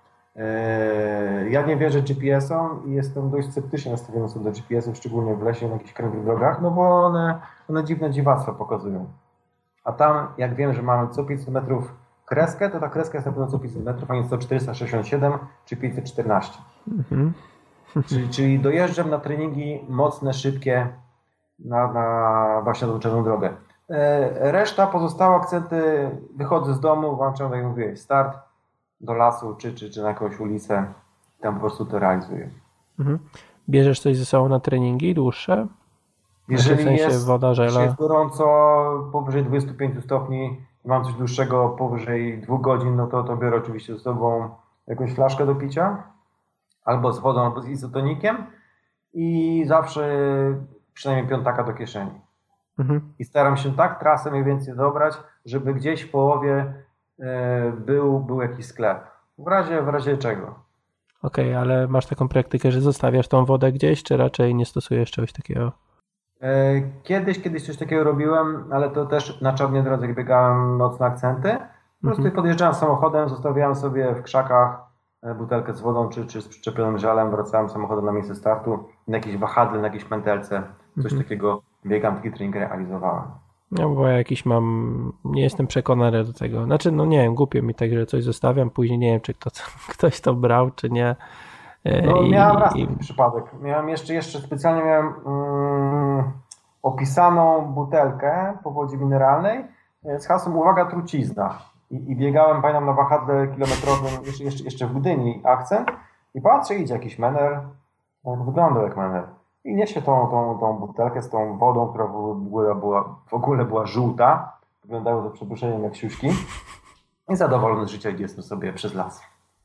Eee, ja nie wierzę G P S-om i jestem dość sceptycznie nastawiony co do G P S-ów, szczególnie w lesie, na jakichś kręgich drogach, no bo one, one dziwne dziwactwa pokazują. A tam, jak wiem, że mamy co pięćset metrów kreskę, to ta kreska jest na pewno co pięćset metrów, a nie co czterysta sześćdziesiąt siedem czy pięćset czternaście. Mhm. czyli, czyli dojeżdżam na treningi mocne, szybkie, Na, na właśnie tą Czarną Drogę. E, reszta, pozostałe akcenty, wychodzę z domu, włączam, tak jak mówię, start do lasu, czy, czy, czy na jakąś ulicę, tam po prostu to realizuję. Mhm. Bierzesz coś ze sobą na treningi dłuższe? Jeżeli w sensie jest, woda, żela? jest gorąco, powyżej dwudziestu pięciu stopni, mam coś dłuższego powyżej dwóch godzin, no to, to biorę oczywiście ze sobą jakąś flaszkę do picia, albo z wodą, albo z izotonikiem i zawsze przynajmniej piątaka do kieszeni. Mhm. I staram się tak trasę mniej więcej dobrać, żeby gdzieś w połowie e, był, był jakiś sklep. W razie, w razie czego. Okej, okay, ale masz taką praktykę, że zostawiasz tą wodę gdzieś, czy raczej nie stosujesz czegoś takiego? E, kiedyś, kiedyś coś takiego robiłem, ale to też na Czarnej Drodze, jak biegałem nocne akcenty. Po prostu mhm. podjeżdżałem samochodem, zostawiałem sobie w krzakach butelkę z wodą, czy, czy z przyczepionym żelem, wracałem samochodem na miejsce startu, na jakieś wahadle, na jakiejś pętelce, coś mhm. takiego biegam, taki trening realizowałem. No bo ja jakiś mam, nie jestem przekonany do tego, znaczy no nie wiem, głupio mi tak, że coś zostawiam, później nie wiem, czy kto, ktoś to brał, czy nie. No I, miałem raz i... taki przypadek, miałem jeszcze, jeszcze specjalnie miałem um, opisaną butelkę po wodzie mineralnej z hasłem uwaga trucizna. I, I biegałem, pamiętam, na wahadle kilometrowym jeszcze, jeszcze, jeszcze w Gdyni akcent i patrzę, idzie jakiś mener, on wyglądał jak mener i niesie tą, tą, tą butelkę z tą wodą, która w ogóle była, w ogóle była żółta, wyglądało za przeproszeniem jak siuśki i zadowolony z życia idzie sobie przez las.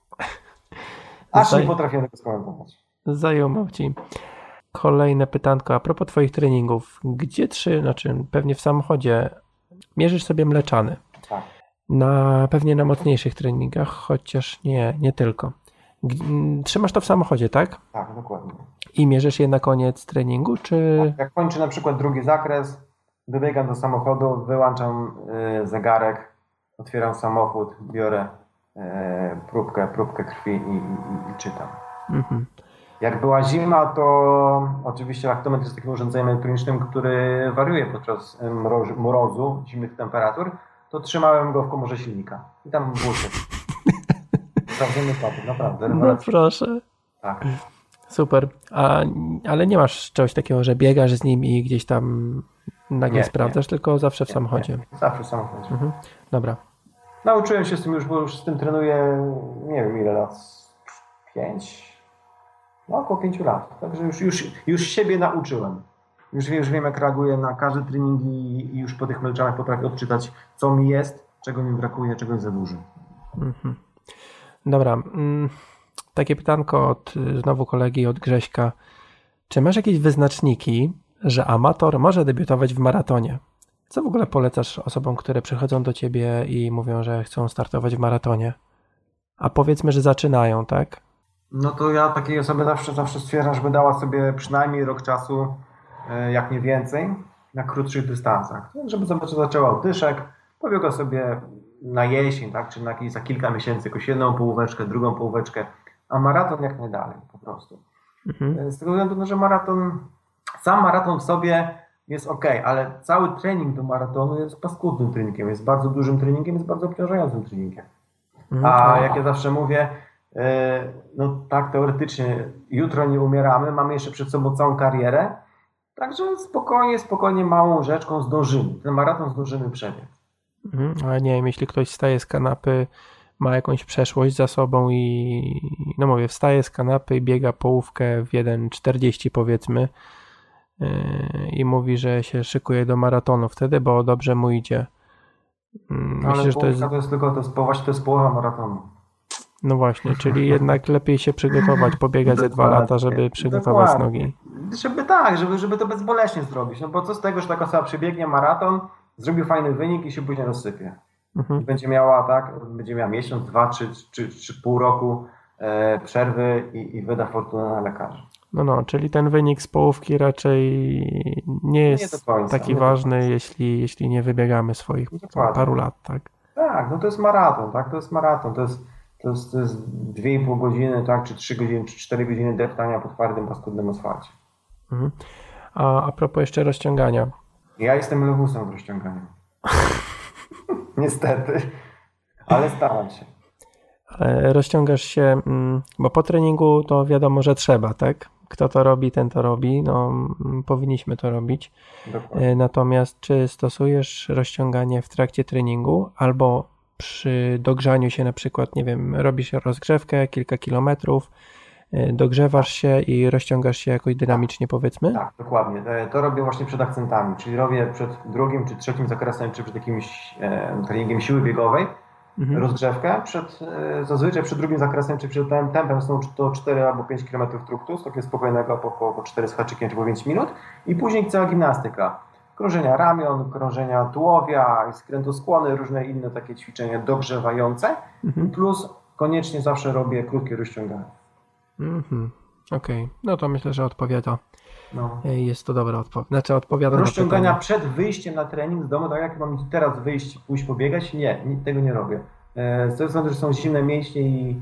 Aż Zaj... nie potrafię tego skomentować. Zajumał ci. Kolejne pytanko, a propos twoich treningów, gdzie trzy, znaczy pewnie w samochodzie, mierzysz sobie mleczany. Tak. Na, pewnie na mocniejszych treningach, chociaż nie, nie tylko. Trzymasz to w samochodzie, tak? Tak, dokładnie. I mierzysz je na koniec treningu, czy... Tak, jak kończę na przykład drugi zakres, dobiegam do samochodu, wyłączam y, zegarek, otwieram samochód, biorę y, próbkę, próbkę krwi i, i, i czytam. Mhm. Jak była zima, to oczywiście laktometr jest takim urządzeniem elektronicznym, który wariuje podczas mrozu, mrozu, zimnych temperatur, to trzymałem go w komorze silnika i tam włóczek. Sprawdzony papier, naprawdę. No proszę. Tak. Super. A, ale nie masz czegoś takiego, że biegasz z nim i gdzieś tam nagle nie, sprawdzasz, nie. tylko zawsze w nie, samochodzie. Nie. Zawsze w samochodzie. Mhm. Dobra. Nauczyłem się z tym już, bo już z tym trenuję, nie wiem ile lat, pięć, no około pięciu lat. Także już, już, już siebie nauczyłem. Już, już wiem, jak reaguję na każdy trening i, i już po tych mleczanach potrafię odczytać, co mi jest, czego mi brakuje, czego jest za dużo. Mhm. Dobra. Takie pytanko od znowu kolegi, od Grześka. Czy masz jakieś wyznaczniki, że amator może debiutować w maratonie? Co w ogóle polecasz osobom, które przychodzą do ciebie i mówią, że chcą startować w maratonie? A powiedzmy, że zaczynają, tak? No to ja takiej osoby zawsze, zawsze stwierdzam, żeby dała sobie przynajmniej rok czasu, jak nie więcej, na krótszych dystansach. Żeby zaczęła od dyszek, pobiegła sobie na jesień, tak, czy na jakieś, za kilka miesięcy, jakąś jedną połóweczkę, drugą połóweczkę, a maraton jak najdalej po prostu. Mhm. Z tego względu, że maraton, sam maraton w sobie jest ok, ale cały trening do maratonu jest paskudnym treningiem, jest bardzo dużym treningiem, jest bardzo obciążającym treningiem. Mhm. A jak ja zawsze mówię, no tak teoretycznie jutro nie umieramy, mamy jeszcze przed sobą całą karierę, także spokojnie, spokojnie małą rzeczką zdążymy. Ten maraton zdążymy przebiec. Mhm, ale nie wiem, jeśli ktoś wstaje z kanapy, ma jakąś przeszłość za sobą i no mówię, wstaje z kanapy i biega połówkę w jeden czterdzieści powiedzmy yy, i mówi, że się szykuje do maratonu wtedy, bo dobrze mu idzie. Myślę, ale że to jest... to jest tylko to jest, właśnie to jest połowa maratonu. No właśnie, czyli jednak lepiej się przygotować, pobiegać ze dwa lata, żeby przygotować Dokładnie. nogi. Żeby tak, żeby, żeby to bezboleśnie zrobić. No bo co z tego, że taka osoba przebiegnie maraton, zrobił fajny wynik i się później rozsypie. Mhm. I będzie miała tak, będzie miała miesiąc, dwa, trzy, czy, czy pół roku e, przerwy i, i wyda fortunę na lekarzy. No no, czyli ten wynik z połówki raczej nie jest nie końca, taki ważny, jeśli, jeśli nie wybiegamy swoich Dokładnie. paru lat, tak? Tak, no to jest maraton, tak? To jest maraton, to jest To jest, to jest dwie i pół godziny, tak, czy trzy godziny, czy cztery godziny deptania po twardym, paskudnym asfalcie. Mhm. A, a propos jeszcze rozciągania. Ja jestem lewusem w rozciąganiu. Niestety, ale staram się. Ale rozciągasz się, bo po treningu to wiadomo, że trzeba, tak? Kto to robi, ten to robi. No, powinniśmy to robić. Dokładnie. Natomiast czy stosujesz rozciąganie w trakcie treningu albo przy dogrzaniu się na przykład, nie wiem, robisz rozgrzewkę, kilka kilometrów, dogrzewasz się i rozciągasz się jakoś dynamicznie, powiedzmy? Tak, dokładnie. To robię właśnie przed akcentami, czyli robię przed drugim czy trzecim zakresem, czy przed jakimś e, treningiem siły biegowej, mhm. rozgrzewkę, przed, e, zazwyczaj przed drugim zakresem, czy przed tym tempem są to cztery albo pięć kilometrów truktu, takiego spokojnego po, po, po cztery z haczykiem, czy po pięć minut i później cała gimnastyka. Krążenia ramion, krążenia tułowia, skrętoskłony, różne inne takie ćwiczenia dogrzewające, mhm. plus koniecznie zawsze robię krótkie rozciąganie. Mhm. Okej, okay. No to myślę, że odpowiada. No. Jest to dobra odpowiedź. Znaczy odpowiada rozciągania na przed wyjściem na trening z domu, tak jak mam teraz wyjść, pójść pobiegać, nie, tego nie robię. Z tego względu, że są silne mięśnie i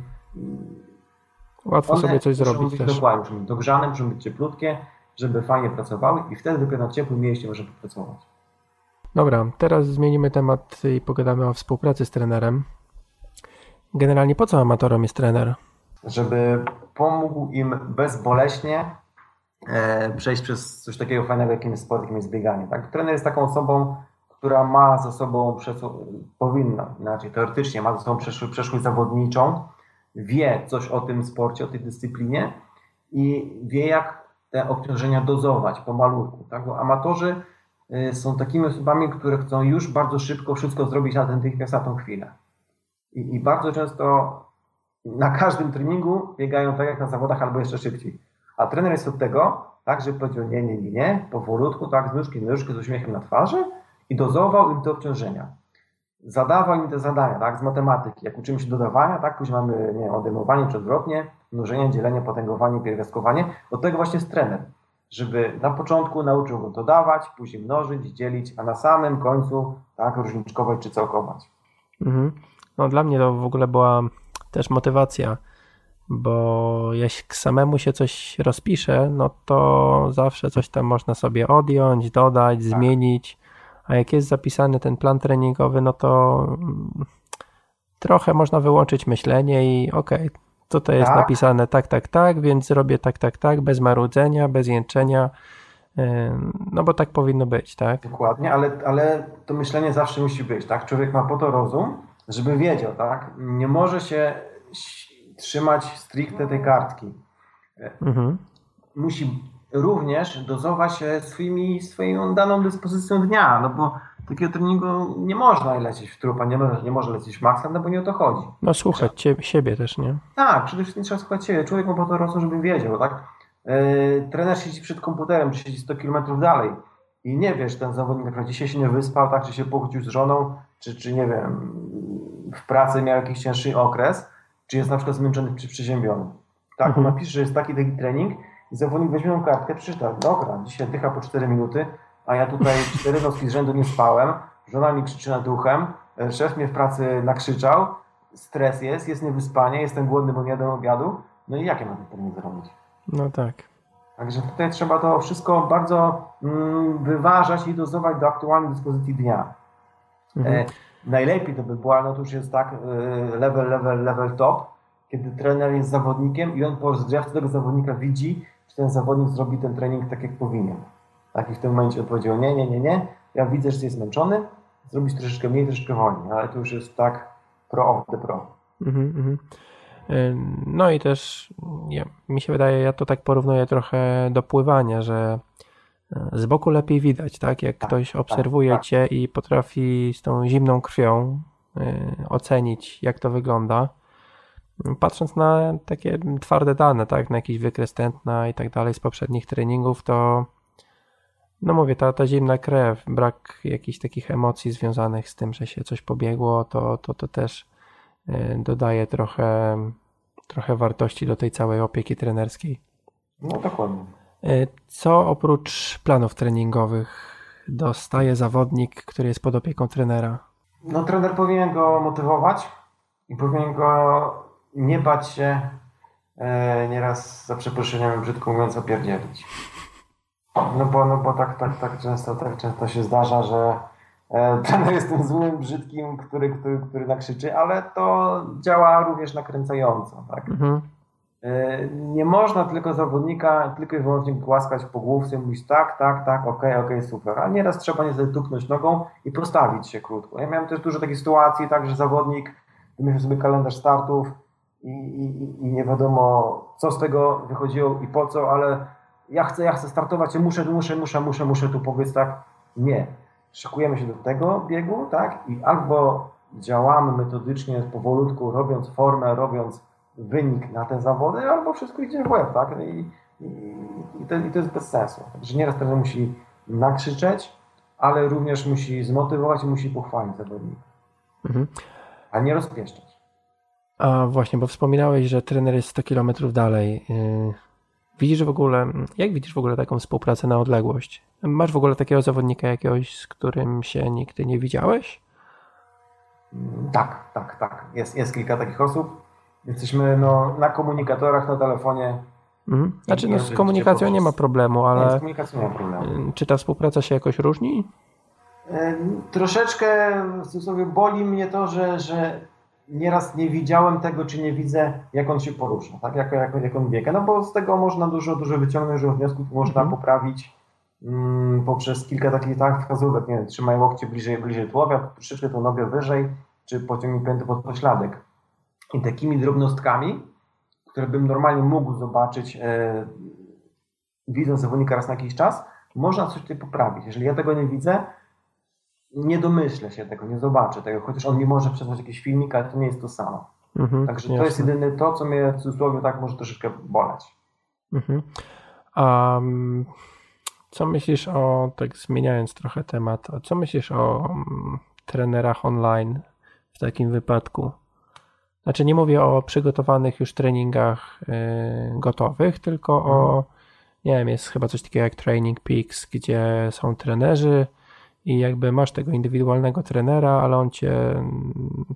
łatwo sobie coś zrobić być też. Dokładnie, muszą być dogrzane, muszą być cieplutkie, żeby fajnie pracowały i wtedy dopiero na ciepłym mięśnie może popracować. Dobra, teraz zmienimy temat i pogadamy o współpracy z trenerem. Generalnie po co amatorom jest trener? Żeby pomógł im bezboleśnie e, przejść przez coś takiego fajnego, jakim jest sport, jakim jest bieganie. Tak? Trener jest taką osobą, która ma za sobą, powinna, inaczej teoretycznie, ma za sobą przeszłość, przeszłość zawodniczą, wie coś o tym sporcie, o tej dyscyplinie i wie, jak te obciążenia dozować pomalutku. Tak? Bo amatorzy y, są takimi osobami, które chcą już bardzo szybko wszystko zrobić natychmiast na tą chwilę. I, I bardzo często na każdym treningu biegają tak jak na zawodach albo jeszcze szybciej. A trener jest od tego, tak, żeby powiedział nie, nie, nie, nie, powolutku, tak, z nóżki na nóżkę, z uśmiechem na twarzy i dozował im te obciążenia. Zadawał im te zadania, tak, z matematyki. Jak uczymy się dodawania, tak, później mamy, nie wiem, odejmowanie czy odwrotnie, mnożenie, dzielenie, potęgowanie, pierwiastkowanie. Od tego właśnie jest trener, żeby na początku nauczył go dodawać, później mnożyć, dzielić, a na samym końcu, tak, różniczkować czy całkować. Mhm. No dla mnie to w ogóle była też motywacja, bo jeśli samemu się coś rozpisze, no to zawsze coś tam można sobie odjąć, dodać, tak. zmienić, a jak jest zapisany ten plan treningowy, no to trochę można wyłączyć myślenie i okej, okay, tutaj jest tak. napisane tak, tak, tak, więc robię tak, tak, tak, bez marudzenia, bez jęczenia, no bo tak powinno być, tak? Dokładnie, ale, ale to myślenie zawsze musi być, tak? Człowiek ma po to rozum, żeby wiedział, tak? Nie może się trzymać stricte tej kartki. Mhm. Musi również dozować się swoimi, swoją daną dyspozycją dnia, no bo takiego treningu nie można lecieć w trupa, nie może, nie może lecieć w maksa, no bo nie o to chodzi. No słuchać trzeba... siebie też, nie? Tak, przede wszystkim trzeba słuchać siebie. Człowiek ma po to rozum, żeby wiedział, tak? Yy, trener siedzi przed komputerem, czy siedzi sto kilometrów dalej i nie wiesz, ten zawodnik, że dzisiaj się nie wyspał, tak, czy się pokłócił z żoną, czy, czy nie wiem, w pracy miał jakiś cięższy okres, czy jest na przykład zmęczony czy przeziębiony. Tak, mhm. napisz, że jest taki, taki trening i zawodnik weźmie tą kartkę, przeczyta, dobra, dzisiaj dycha po cztery minuty, a ja tutaj cztery nocki z rzędu nie spałem, żona mi krzyczy nad duchem, szef mnie w pracy nakrzyczał, stres jest, jest niewyspanie, jestem głodny, bo nie jadłem obiadu, no i jakie mam ten trening zrobić? No tak. Także tutaj trzeba to wszystko bardzo mm, wyważać i dozować do aktualnej dyspozycji dnia. Mhm. E, najlepiej to by było, no to już jest tak, e, level, level, level top, kiedy trener jest zawodnikiem i on po rozgrzewce tego zawodnika widzi, czy ten zawodnik zrobi ten trening tak, jak powinien. Tak, i w tym momencie on powiedział, nie, nie, nie, nie, ja widzę, że jesteś zmęczony, zrobić troszeczkę mniej, troszeczkę wolniej, ale to już jest tak pro of the pro. Mhm, mhm. No i też ja, mi się wydaje, ja to tak porównuję trochę do pływania, że z boku lepiej widać, tak? Jak tak, ktoś obserwuje tak, tak. cię i potrafi z tą zimną krwią y, ocenić, jak to wygląda, patrząc na takie twarde dane, tak? Na jakiś wykres tętna i tak dalej z poprzednich treningów, to no mówię, ta, ta zimna krew, brak jakichś takich emocji związanych z tym, że się coś pobiegło, to, to, to też dodaje trochę, trochę wartości do tej całej opieki trenerskiej. No dokładnie. Co oprócz planów treningowych dostaje zawodnik, który jest pod opieką trenera? No trener powinien go motywować i powinien go nie bać się e, nieraz, za przeproszeniem brzydko mówiąc, opierdzielić. No bo, no bo tak, tak, tak, często, tak często się zdarza, że trener jest tym złym, brzydkim, który, który, który nakrzyczy, ale to działa również nakręcająco. Tak? Mhm. Nie można tylko zawodnika tylko i wyłącznie głaskać po główce i mówić tak, tak, tak, okej, okay, okej, okay, super. A nieraz trzeba niestety tuknąć nogą i postawić się krótko. Ja miałem też dużo takich sytuacji, tak, że zawodnik wymyślił sobie kalendarz startów i, i, i nie wiadomo, co z tego wychodziło i po co, ale ja chcę, ja chcę startować, ja muszę, muszę, muszę, muszę, muszę tu powiedz tak. Nie. Szykujemy się do tego biegu, tak? I albo działamy metodycznie, powolutku, robiąc formę, robiąc wynik na te zawody, albo wszystko idzie w łeb, tak? I, i, i, to, i to jest bez sensu. Także nieraz trener musi nakrzyczeć, ale również musi zmotywować i musi pochwalić zawodnika. Mhm. A nie rozpieszczać. A właśnie, bo wspominałeś, że trener jest sto kilometrów dalej. Widzisz w ogóle, jak widzisz w ogóle taką współpracę na odległość? Masz w ogóle takiego zawodnika jakiegoś, z którym się nigdy nie widziałeś? Tak, tak, tak. Jest, jest kilka takich osób. Jesteśmy no, na komunikatorach, na telefonie. Mhm. Znaczy no, z komunikacją nie ma problemu, ale nie, z komunikacją nie ma problemu. Czy ta współpraca się jakoś różni? Troszeczkę sobie boli mnie to, że, że nieraz nie widziałem tego, czy nie widzę, jak on się porusza, tak? jak, jak, jak on biega, no bo z tego można dużo, dużo wyciągnąć, dużo wniosków można mm-hmm. poprawić mm, poprzez kilka takich tak, wskazówek, nie wiem, trzymaj łokcie bliżej, bliżej tułowia, troszeczkę tą nogę wyżej, czy pociągnij pięty pod pośladek. I takimi drobnostkami, które bym normalnie mógł zobaczyć, e, widząc zawodnika raz na jakiś czas, można coś tutaj poprawić. Jeżeli ja tego nie widzę, nie domyślę się tego, nie zobaczę tego, chociaż on mi może przesłać jakiś filmik, ale to nie jest to samo. Mhm, Także jasne. To jest jedyne to, co mnie w cudzysłowie tak może troszeczkę boleć. Mhm. Um, co myślisz o, tak zmieniając trochę temat, co myślisz o mm, trenerach online w takim wypadku? Znaczy nie mówię o przygotowanych już treningach y, gotowych, tylko mhm. o, nie wiem, jest chyba coś takiego jak Training Peaks, gdzie są trenerzy i jakby masz tego indywidualnego trenera, ale on cię mm,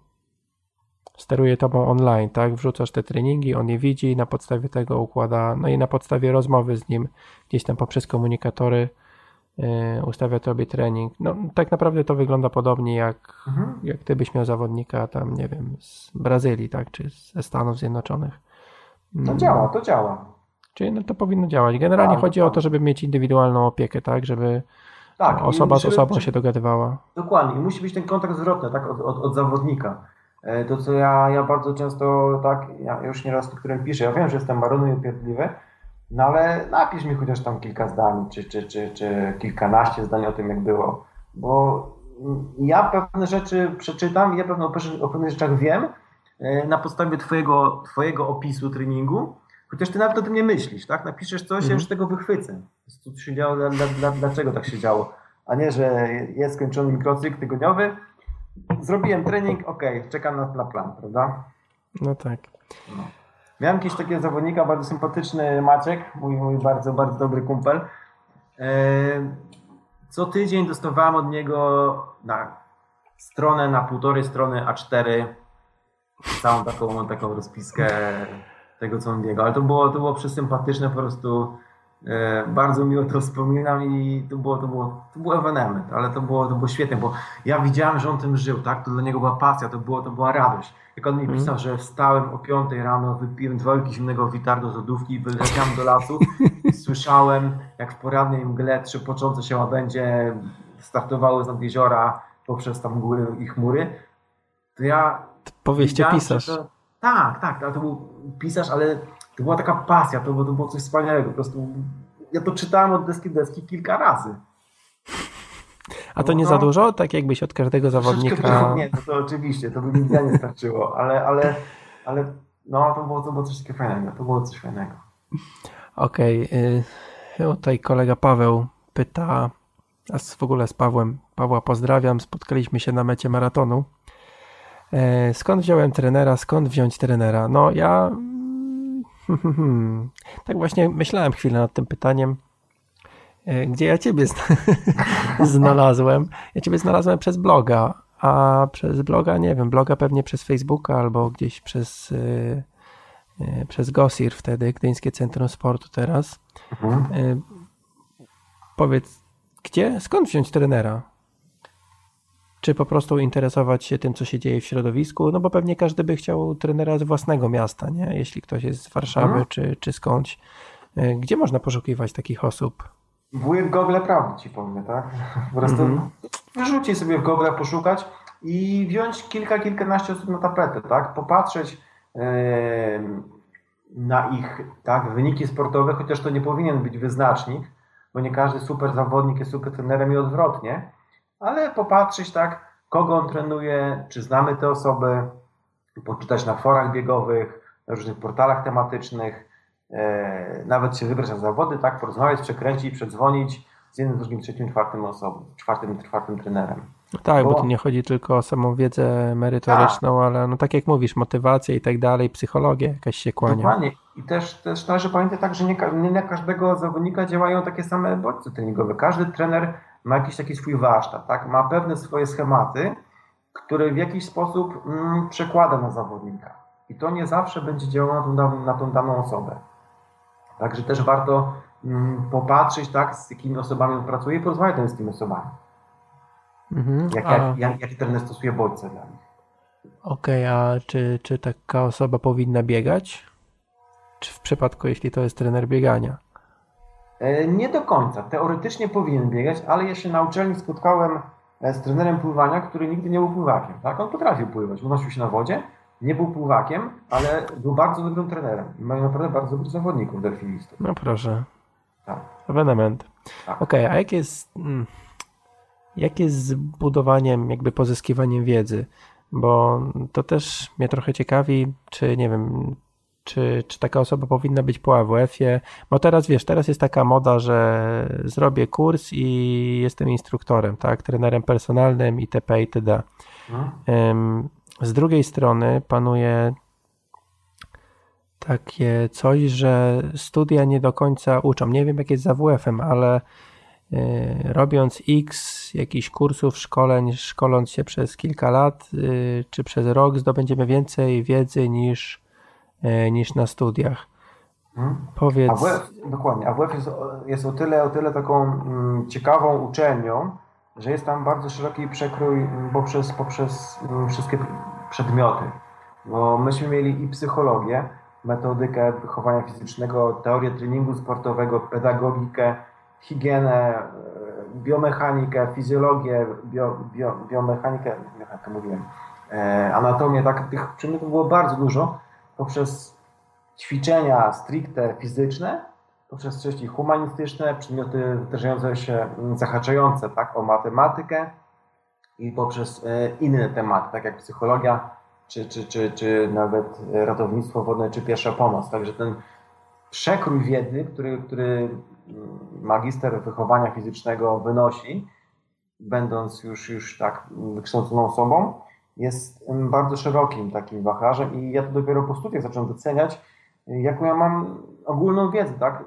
steruje tobą online, tak? Wrzucasz te treningi, on je widzi, na podstawie tego układa, no i na podstawie rozmowy z nim, gdzieś tam poprzez komunikatory yy, ustawia tobie trening. No tak naprawdę to wygląda podobnie jak, mhm. jak ty byś miał zawodnika tam, nie wiem, z Brazylii, tak? Czy ze Stanów Zjednoczonych. To działa, to działa. Czyli no to powinno działać. Generalnie tak, chodzi tak. o to, żeby mieć indywidualną opiekę, tak? Żeby tak, osoba z osobą żeby, się dogadywała. Dokładnie. I musi być ten kontakt zwrotny, tak? Od, od, od zawodnika. To, co ja, ja bardzo często, tak, ja już nieraz którym piszę, ja wiem, że jestem marudny i upierdliwy, no ale napisz mi chociaż tam kilka zdań, czy, czy, czy, czy kilkanaście zdań o tym, jak było, bo ja pewne rzeczy przeczytam i ja pewne, o pewnych rzeczach wiem na podstawie twojego, twojego opisu treningu, chociaż ty nawet o tym nie myślisz, tak, napiszesz coś, mhm. ja już tego wychwycę, co się działo, dla, dla, dlaczego tak się działo, a nie, że jest skończony mikrocykl tygodniowy, zrobiłem trening, ok, czekam na, na plan, prawda? No tak. No. Miałem jakiegoś takiego zawodnika, bardzo sympatyczny Maciek, mój, mój bardzo, bardzo dobry kumpel. Eee, co tydzień dostawałem od niego na stronę, na półtorej strony A cztery całą taką, taką rozpiskę tego, co on biegał. Ale to było, to było przesympatyczne, po prostu e, bardzo miło to wspominam i to było, to było, to był ewenement, ale to było, to było świetne, bo ja widziałem, że on tym żył, tak? To dla niego była pasja, to, było, to była radość. Jak on mi pisał, mm. że wstałem o piątej rano, wypiłem dwa łyki zimnego Vitardo z lodówki i wyleciałem do lasu i słyszałem, jak w porannej mgle trzepoczące się łabędzie startowały z nad jeziora poprzez tam góry i chmury, to ja... Powieście pisarz. To, tak, tak, to był pisarz, ale to była taka pasja, to było, to było coś wspaniałego, po prostu ja to czytałem od deski do deski kilka razy. A to nie no, za dużo? Tak jakbyś od każdego zawodnika... Nie, to, to oczywiście, to by mi nie starczyło, ale, ale, ale no, to było, to było coś takiego fajnego, to było coś fajnego. Okej, okay. Tutaj kolega Paweł pyta, a w ogóle z Pawłem, Pawła pozdrawiam, spotkaliśmy się na mecie maratonu. Skąd wziąłem trenera, skąd wziąć trenera? No ja tak właśnie myślałem chwilę nad tym pytaniem, gdzie ja ciebie znalazłem. Ja ciebie znalazłem przez bloga, a przez bloga, nie wiem, bloga pewnie przez Facebooka albo gdzieś przez przez Gosir wtedy, Gdyńskie Centrum Sportu teraz. Mhm. Powiedz, gdzie, skąd wziąć trenera? Czy po prostu interesować się tym, co się dzieje w środowisku? No bo pewnie każdy by chciał trenera z własnego miasta, nie? Jeśli ktoś jest z Warszawy mhm. czy, czy skądś. Gdzie można poszukiwać takich osób? Wujek Google prawdy ci powiem, tak? Po prostu mhm. wyrzucić sobie w Google, poszukać i wziąć kilka, kilkanaście osób na tapetę, tak? Popatrzeć yy, na ich tak, wyniki sportowe, chociaż to nie powinien być wyznacznik, bo nie każdy super zawodnik jest super trenerem i odwrotnie, ale popatrzeć tak, kogo on trenuje, czy znamy te osoby, poczytać na forach biegowych, na różnych portalach tematycznych, e, nawet się wybrać na zawody, tak, porozmawiać, przekręcić, przedzwonić z jednym, drugim, trzecim, czwartym osobą, czwartym, czwartym trenerem. No tak, bo, bo tu nie chodzi tylko o samą wiedzę merytoryczną, tak. ale no tak jak mówisz, motywację i tak dalej, psychologia jakaś się kłania. Dokładnie. I też, też należy pamiętać tak, że nie, nie na każdego zawodnika działają takie same bodźce treningowe. Każdy trener ma jakiś taki swój warsztat, tak? Ma pewne swoje schematy, które w jakiś sposób mm, przekłada na zawodnika. I to nie zawsze będzie działało na tą, na tą daną osobę. Także też warto mm, popatrzeć, tak, z jakimi osobami on pracuje i porozmawiać z tymi osobami. Mhm, jak, jak, jak, jak trener stosuje bodźce dla nich. Okej, okay, a czy, czy taka osoba powinna biegać? Czy w przypadku, jeśli to jest trener biegania? Nie do końca. Teoretycznie powinien biegać, ale ja się na uczelni spotkałem z trenerem pływania, który nigdy nie był pływakiem. Tak? On potrafił pływać, unosił się na wodzie, nie był pływakiem, ale był bardzo dobrym trenerem. I mają naprawdę bardzo dobrych zawodników, delfinistów. No proszę. Tak. Ewenement. Tak. Okej, okay, a jak jest, jak jest z budowaniem, jakby pozyskiwaniem wiedzy? Bo to też mnie trochę ciekawi, czy nie wiem, czy, czy taka osoba powinna być po A W F-ie, bo teraz wiesz, teraz jest taka moda, że zrobię kurs i jestem instruktorem, tak, trenerem personalnym itp. itd. Hmm. Z drugiej strony panuje takie coś, że studia nie do końca uczą. Nie wiem, jak jest z A W F-em, ale yy, robiąc X jakichś kursów, szkoleń, szkoląc się przez kilka lat yy, czy przez rok, zdobędziemy więcej wiedzy niż, yy, niż na studiach. Hmm. Powiedz... A W F, dokładnie. A W F jest, jest o tyle, o tyle taką mm, ciekawą uczelnią, że jest tam bardzo szeroki przekrój poprzez, poprzez mm, wszystkie przedmioty. Bo myśmy mieli i psychologię, metodykę wychowania fizycznego, teorię treningu sportowego, pedagogikę, higienę, biomechanikę, fizjologię, bio, bio, biomechanikę, jak to mówiłem, e, anatomię, tak, tych przedmiotów było bardzo dużo, poprzez ćwiczenia stricte fizyczne, poprzez części humanistyczne, przedmioty wydarzające się, zahaczające, tak, o matematykę i poprzez e, inne tematy, tak jak psychologia, Czy, czy, czy, czy nawet ratownictwo wodne, czy pierwsza pomoc. Także ten przekrój wiedzy, który, który magister wychowania fizycznego wynosi, będąc już, już tak wykształconą osobą, jest bardzo szerokim takim waharzem i ja to dopiero po studiach zacząłem doceniać, jaką ja mam ogólną wiedzę, tak?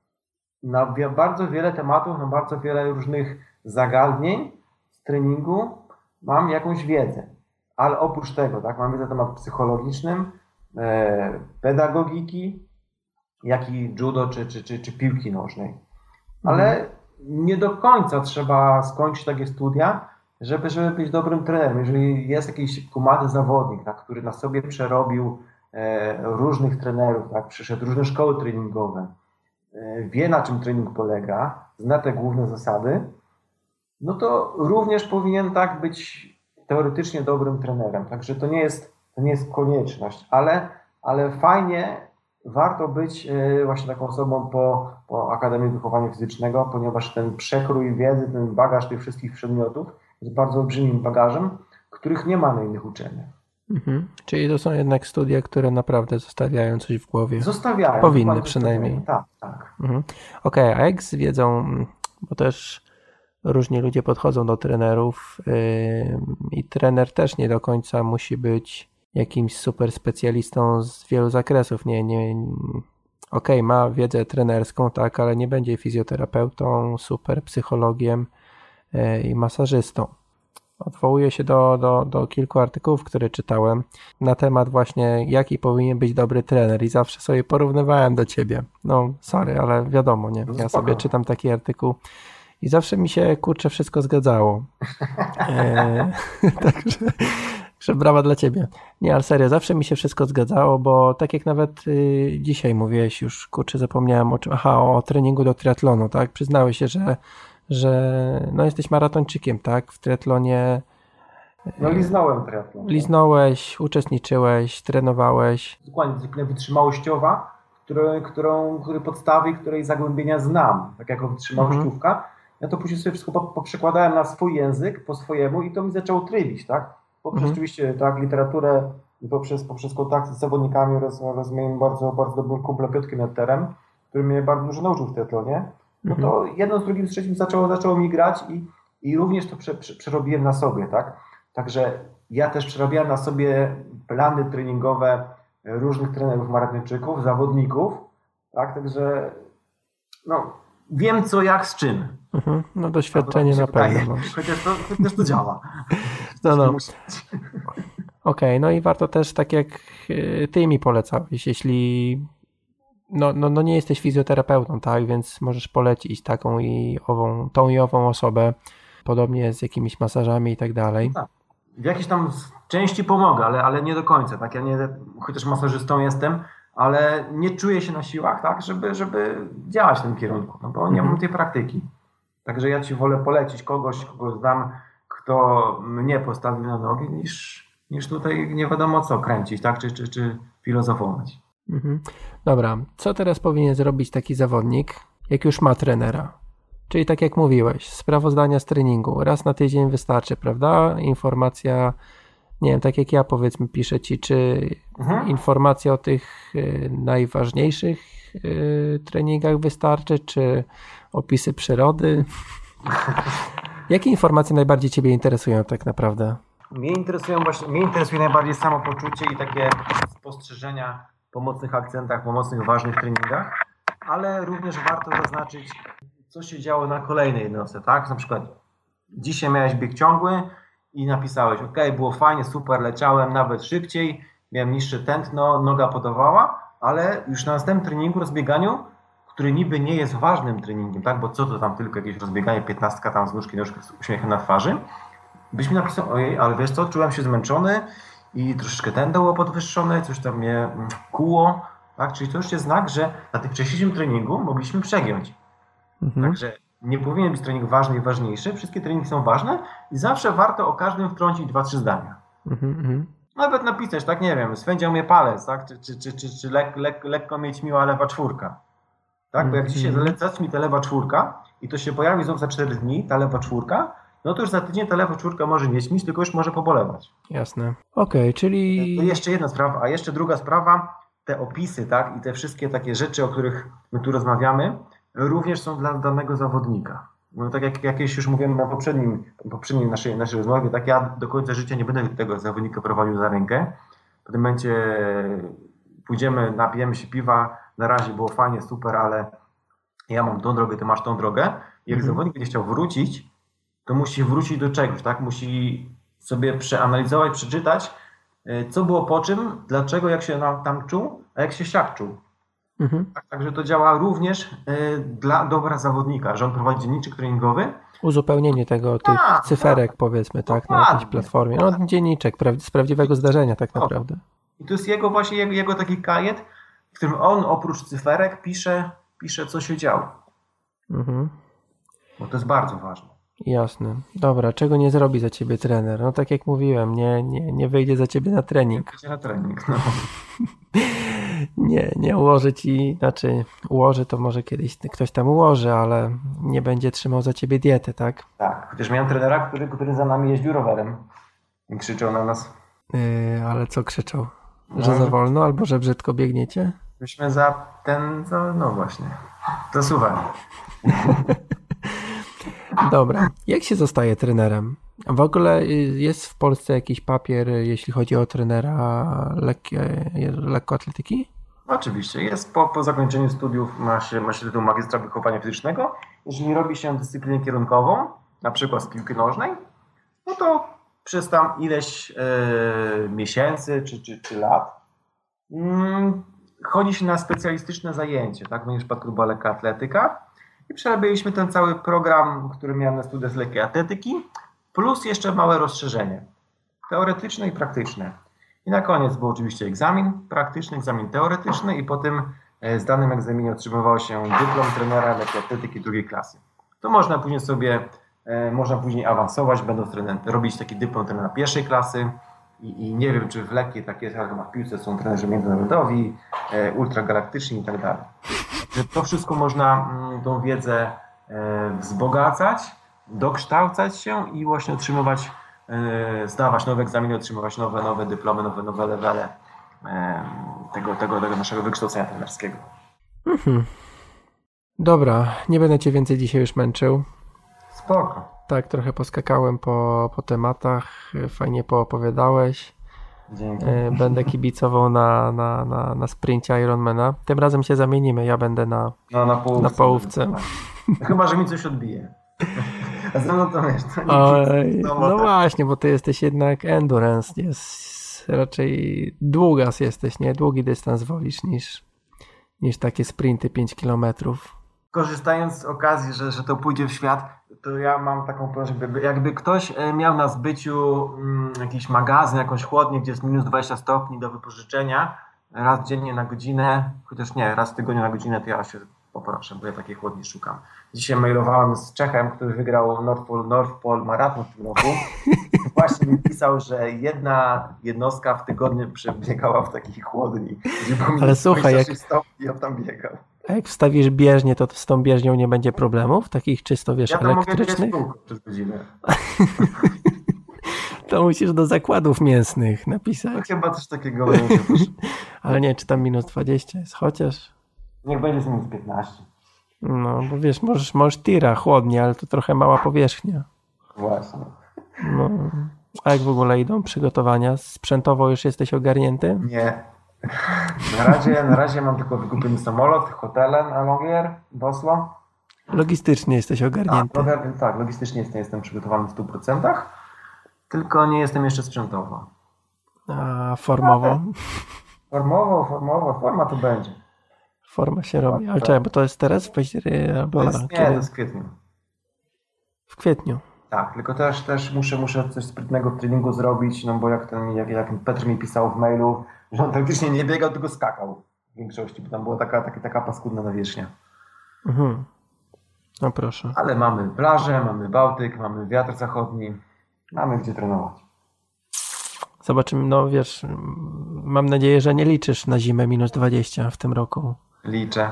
Na bardzo wiele tematów, na bardzo wiele różnych zagadnień z treningu mam jakąś wiedzę. Ale oprócz tego, tak, mamy na temat psychologicznym, e, pedagogiki, jak i judo czy, czy, czy, czy piłki nożnej. Ale mhm. nie do końca trzeba skończyć takie studia, żeby, żeby być dobrym trenerem. Jeżeli jest jakiś kumaty zawodnik, tak, który na sobie przerobił e, różnych trenerów, tak, przyszedł różne szkoły treningowe, e, wie na czym trening polega, zna te główne zasady, no to również powinien tak być teoretycznie dobrym trenerem. Także to nie jest, to nie jest konieczność, ale, ale fajnie warto być właśnie taką osobą po, po Akademii Wychowania Fizycznego, ponieważ ten przekrój wiedzy, ten bagaż tych wszystkich przedmiotów jest bardzo olbrzymim bagażem, których nie ma na innych uczelniach. Mhm. Czyli to są jednak studia, które naprawdę zostawiają coś w głowie. Zostawiają. Powinny przynajmniej. Zostawiają. Tak, tak. Mhm. Okej, okay, a jak z wiedzą, bo też różni ludzie podchodzą do trenerów yy, i trener też nie do końca musi być jakimś super specjalistą z wielu zakresów. Nie, nie, okej, okay, ma wiedzę trenerską, tak, ale nie będzie fizjoterapeutą, super psychologiem yy, i masażystą. Odwołuję się do, do, do kilku artykułów, które czytałem na temat właśnie, jaki powinien być dobry trener i zawsze sobie porównywałem do ciebie. No, sorry, ale wiadomo, nie. Ja sobie czytam taki artykuł i zawsze mi się, kurczę, wszystko zgadzało. E, także, także brawa dla ciebie. Nie, ale serio, zawsze mi się wszystko zgadzało, bo tak jak nawet y, dzisiaj mówiłeś już, kurczę, zapomniałem o czym, aha, o treningu do triatlonu, tak? Przyznałeś się, że, że no jesteś maratończykiem, tak? W triatlonie. No liznąłem triatlon. Liznąłeś, uczestniczyłeś, trenowałeś. Dokładnie, dyscyplina wytrzymałościowa, którą, którą, której podstawy, której zagłębienia znam, tak jako wytrzymałościówka. Mhm. Ja to później sobie wszystko poprzekładałem na swój język, po swojemu i to mi zaczęło trybić, tak? Poprzez mhm. oczywiście tak, literaturę i poprzez, poprzez kontakty z zawodnikami oraz, oraz moim bardzo, bardzo dobrym kumplem Piotrkiem Netterem, który mnie bardzo dużo nauczył w triatlonie, no to mhm. jedno z drugim z trzecim zaczęło, zaczęło mi grać i, i również to prze, prze, przerobiłem na sobie, tak? Także ja też przerabiałem na sobie plany treningowe różnych trenerów maratończyków, zawodników, tak? Także no, wiem co, jak, z czym. Mhm. No doświadczenie na pewno. Chociaż to, chociaż to działa. No, no. Okej, okay, no i warto też, tak jak ty mi polecałeś, jeśli no, no, no nie jesteś fizjoterapeutą, tak, więc możesz polecić taką i ową, tą i ową osobę, podobnie z jakimiś masażami i tak dalej. Tak. W jakiejś tam części pomogę, ale, ale nie do końca, tak, ja nie, chociaż masażystą jestem, ale nie czuję się na siłach, tak, żeby, żeby działać w tym kierunku, no bo nie mhm. mam tej praktyki. Także ja ci wolę polecić kogoś, kogo znam, kto mnie postawi na nogi, niż, niż tutaj nie wiadomo co kręcić, tak, czy, czy, czy filozofować. Mhm. Dobra, co teraz powinien zrobić taki zawodnik, jak już ma trenera? Czyli tak jak mówiłeś, sprawozdania z treningu, raz na tydzień wystarczy, prawda? Informacja nie wiem, tak jak ja powiedzmy piszę ci, czy mhm. informacja o tych y, najważniejszych y, treningach wystarczy, czy opisy przyrody? Jakie informacje najbardziej ciebie interesują tak naprawdę? Mnie interesują właśnie, mnie interesuje najbardziej samopoczucie i takie spostrzeżenia po mocnych akcentach, po mocnych, ważnych treningach, ale również warto zaznaczyć, co się działo na kolejnej jednostce, tak? Na przykład dzisiaj miałeś bieg ciągły i napisałeś, ok, było fajnie, super, leciałem nawet szybciej, miałem niższe tętno, noga podawała, ale już na następnym treningu, rozbieganiu, który niby nie jest ważnym treningiem, tak? Bo co to tam tylko jakieś rozbieganie, piętnastka tam z nóżki, nóżki z uśmiechem na twarzy, byś mi napisał, ojej, ale wiesz co, czułem się zmęczony i troszeczkę tętno było podwyższone, coś tam mnie kuło, tak? Czyli to już jest znak, że na tym wcześniejszym treningu mogliśmy przegiąć. Mhm. Także nie powinien być trening ważny i ważniejszy, wszystkie treningi są ważne i zawsze warto o każdym wtrącić dwa, trzy zdania. Mhm. Nawet napisać, tak nie wiem, swędział mnie palec, tak? Czy, czy, czy, czy, czy lek, lek, lekko mieć miła lewa czwórka. Tak? Bo jak dzisiaj zalecać mi ta lewa czwórka i to się pojawi znów za cztery dni, ta lewa czwórka, no to już za tydzień ta lewa czwórka może nie śmić, tylko już może pobolewać. Jasne. Okej, okay, czyli... To jeszcze jedna sprawa, a jeszcze druga sprawa, te opisy, tak, i te wszystkie takie rzeczy, o których my tu rozmawiamy, również są dla danego zawodnika. No tak jak jakieś już mówiłem na poprzednim, poprzedniej naszej, naszej rozmowie, tak ja do końca życia nie będę tego zawodnika prowadził za rękę. W tym momencie pójdziemy, napijemy się piwa, na razie było fajnie, super, ale ja mam tą drogę, ty masz tą drogę. I jak mhm. zawodnik będzie chciał wrócić, to musi wrócić do czegoś, tak? Musi sobie przeanalizować, przeczytać, co było po czym, dlaczego, jak się tam czuł, a jak się siak czuł. Mhm. Tak, także to działa również y, dla dobra zawodnika, że on prowadzi dzienniczek treningowy. Uzupełnienie tego, tych a, cyferek, tak, powiedzmy, tak, na jakiejś platformie. No, dzienniczek pra- z prawdziwego zdarzenia tak naprawdę. I to jest jego właśnie, jego, jego taki kajet, w którym on oprócz cyferek pisze, pisze co się działo. Mhm. Bo to jest bardzo ważne. Jasne. Dobra, czego nie zrobi za ciebie trener? No tak jak mówiłem, nie, nie, nie wyjdzie za ciebie na trening. Nie wyjdzie na trening, no. nie, nie ułoży ci, znaczy ułoży to może kiedyś ktoś tam ułoży, ale nie będzie trzymał za ciebie diety, tak? Tak, chociaż miałem trenera, który, który za nami jeździł rowerem i krzyczał na nas. Yy, ale co krzyczał? Że no, za wolno albo że brzydko biegniecie? Myśmy za ten, za, no właśnie, zasuwali. Dobra, jak się zostaje trenerem? W ogóle jest w Polsce jakiś papier, jeśli chodzi o trenera lekkie, lekkoatletyki? Oczywiście, jest po, po zakończeniu studiów, ma się, ma się tytuł magistra wychowania fizycznego. Jeżeli robi się dyscyplinę kierunkową, na przykład z piłki nożnej, no to przez tam ileś e, miesięcy czy, czy, czy lat mm, chodzi się na specjalistyczne zajęcie, tak? W moim przypadku była lekka atletyka. I przerabialiśmy ten cały program, który miałem na studiach z lekkiej atletyki, plus jeszcze małe rozszerzenie, teoretyczne i praktyczne. I na koniec był oczywiście egzamin praktyczny, egzamin teoretyczny i po tym zdanym egzaminie otrzymywało się dyplom trenera lekkiej atletyki drugiej klasy. To można później sobie, można później awansować, będąc trenerem, robić taki dyplom trenera pierwszej klasy i, i nie wiem, czy w lekkiej, tak jest, jak w piłce są trenerzy międzynarodowi, ultragalaktyczni i tak dalej. To wszystko można tą wiedzę wzbogacać, dokształcać się i właśnie otrzymywać, zdawać nowe egzaminy, otrzymywać nowe, nowe dyplomy, nowe, nowe levele tego, tego, tego naszego wykształcenia trenerskiego. Mhm. Dobra, nie będę cię więcej dzisiaj już męczył. Spoko. Tak, trochę poskakałem po, po tematach, fajnie poopowiadałeś. Dzięki. Będę kibicował na, na, na, na sprincie Ironmana. Tym razem się zamienimy, ja będę na, no, na połówce. Na połówce. Chyba, że mi coś odbije. A ze mną to wiesz, to nie Oj, no tak. Właśnie, bo ty jesteś jednak endurance, jest raczej długas jesteś, nie? Długi dystans wolisz niż, niż takie sprinty pięć kilometrów. Korzystając z okazji, że, że to pójdzie w świat, to ja mam taką prośbę, jakby, jakby ktoś miał na zbyciu mm, jakiś magazyn, jakąś chłodnię, gdzie jest minus dwadzieścia stopni do wypożyczenia, raz dziennie na godzinę, chociaż nie, raz w tygodniu na godzinę, to ja się poproszę, bo ja takiej chłodni szukam. Dzisiaj mailowałem z Czechem, który wygrał North Pole, North Pole Marathon w tym roku. Właśnie mi pisał, że jedna jednostka w tygodniu przebiegała w takiej chłodni, gdzie było minus dwadzieścia sześć stopni i on tam biegał. A jak wstawisz bieżnię, to z tą bieżnią nie będzie problemów? Takich czysto, wiesz, ja elektrycznych? Ja mogę przez godzinę. To musisz do zakładów mięsnych napisać. No, chyba coś takiego. Ale nie, czy tam minus dwadzieścia jest, chociaż... Niech będzie minus piętnaście. No, bo wiesz, możesz, możesz tira, chłodnie, ale to trochę mała powierzchnia. Właśnie. No. A jak w ogóle idą przygotowania? Sprzętowo już jesteś ogarnięty? Nie. Na razie, na razie mam tylko wykupiony samolot, hotele na Longier w Oslo. Logistycznie jesteś ogarnięty. A, tak, logistycznie jestem, jestem przygotowany w stu procentach, tylko nie jestem jeszcze sprzętowo. A formowo? Formowo, formowo, forma to będzie. Forma się robi. Ale czekaj, bo to jest teraz w październiku? Albo to jest, nie, to jest w kwietniu. W kwietniu. Tak, tylko też, też muszę, muszę coś sprytnego w treningu zrobić, no bo jak ten, jak, jak Petr mi pisał w mailu, że on praktycznie nie biegał, tylko skakał w większości, bo tam była taka, taka, taka paskudna nawierzchnia. Mhm. No proszę. Ale mamy plażę, mamy Bałtyk, mamy wiatr zachodni, mamy gdzie trenować. Zobaczymy, no wiesz, mam nadzieję, że nie liczysz na zimę minus dwadzieścia w tym roku. Liczę.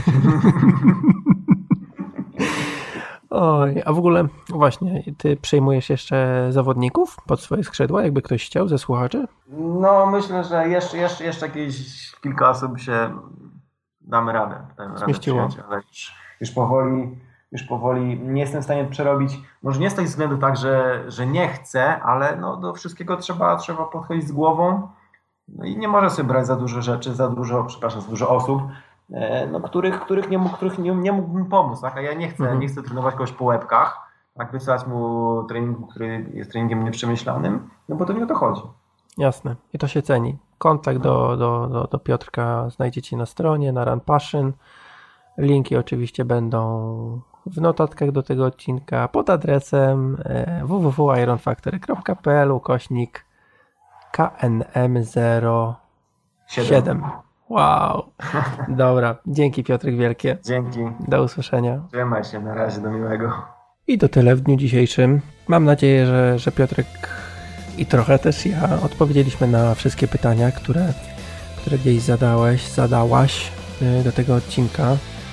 Oj, a w ogóle właśnie, ty przejmujesz jeszcze zawodników pod swoje skrzydła, jakby ktoś chciał ze słuchaczy? No myślę, że jeszcze, jeszcze, jeszcze jakieś kilka osób się damy radę. Zmieściło. Radę ale już, już powoli, już powoli nie jestem w stanie przerobić, może nie z tego względu tak, że, że nie chcę, ale no do wszystkiego trzeba, trzeba podchodzić z głową, no i nie może sobie brać za dużo rzeczy, za dużo, przepraszam, za dużo osób, no, których, których, nie, mógł, których nie, nie mógłbym pomóc, tak? A ja nie chcę, mhm. nie chcę trenować kogoś po łebkach, tak, wysłać mu treningu, który jest treningiem nieprzemyślanym, no bo to nie o to chodzi. Jasne. I to się ceni. Kontakt do, do, do, do Piotrka znajdziecie na stronie, na Run Passion. Linki oczywiście będą w notatkach do tego odcinka pod adresem w w w kropka iron factory kropka p l ukośnik k n m zero siedem. Wow. Dobra. Dzięki Piotrek wielkie. Dzięki. Do usłyszenia. Trzymaj się. Na razie. Do miłego. I to tyle w dniu dzisiejszym. Mam nadzieję, że, że Piotrek i trochę też ja odpowiedzieliśmy na wszystkie pytania, które, które gdzieś zadałeś, zadałaś do tego odcinka.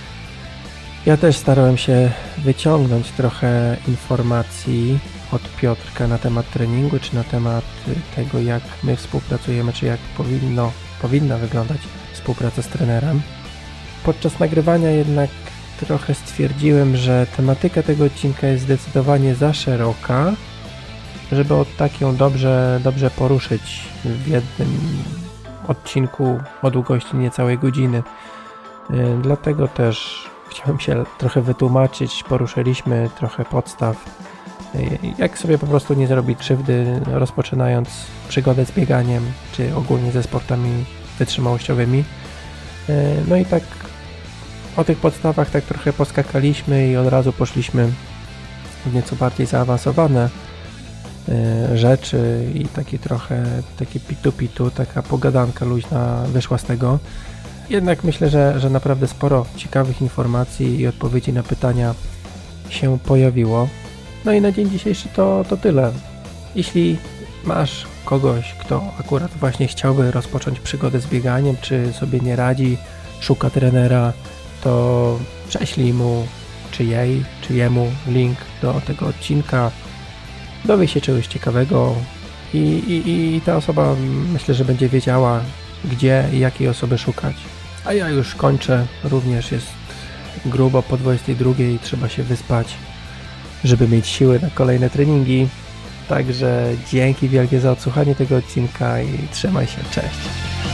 Ja też starałem się wyciągnąć trochę informacji od Piotrka na temat treningu, czy na temat tego, jak my współpracujemy, czy jak powinno, powinna wyglądać współpraca z trenerem. Podczas nagrywania jednak trochę stwierdziłem, że tematyka tego odcinka jest zdecydowanie za szeroka, żeby od tak ją dobrze, dobrze poruszyć w jednym odcinku o długości niecałej godziny. Dlatego też chciałem się trochę wytłumaczyć, poruszyliśmy trochę podstaw, jak sobie po prostu nie zrobić krzywdy, rozpoczynając przygodę z bieganiem, czy ogólnie ze sportami wytrzymałościowymi. No i tak o tych podstawach tak trochę poskakaliśmy i od razu poszliśmy w nieco bardziej zaawansowane rzeczy i taki trochę taki pitu-pitu, taka pogadanka luźna wyszła z tego. Jednak myślę, że, że naprawdę sporo ciekawych informacji i odpowiedzi na pytania się pojawiło. No i na dzień dzisiejszy to, to tyle. Jeśli masz kogoś, kto akurat właśnie chciałby rozpocząć przygodę z bieganiem, czy sobie nie radzi, szuka trenera, to prześlij mu, czy jej, czy jemu link do tego odcinka. Dowie się czegoś ciekawego i, i, i ta osoba myślę, że będzie wiedziała, gdzie i jakiej osoby szukać. A ja już kończę, również jest grubo po dwudziestej drugiej i trzeba się wyspać, żeby mieć siły na kolejne treningi. Także dzięki wielkie za odsłuchanie tego odcinka i trzymaj się, cześć.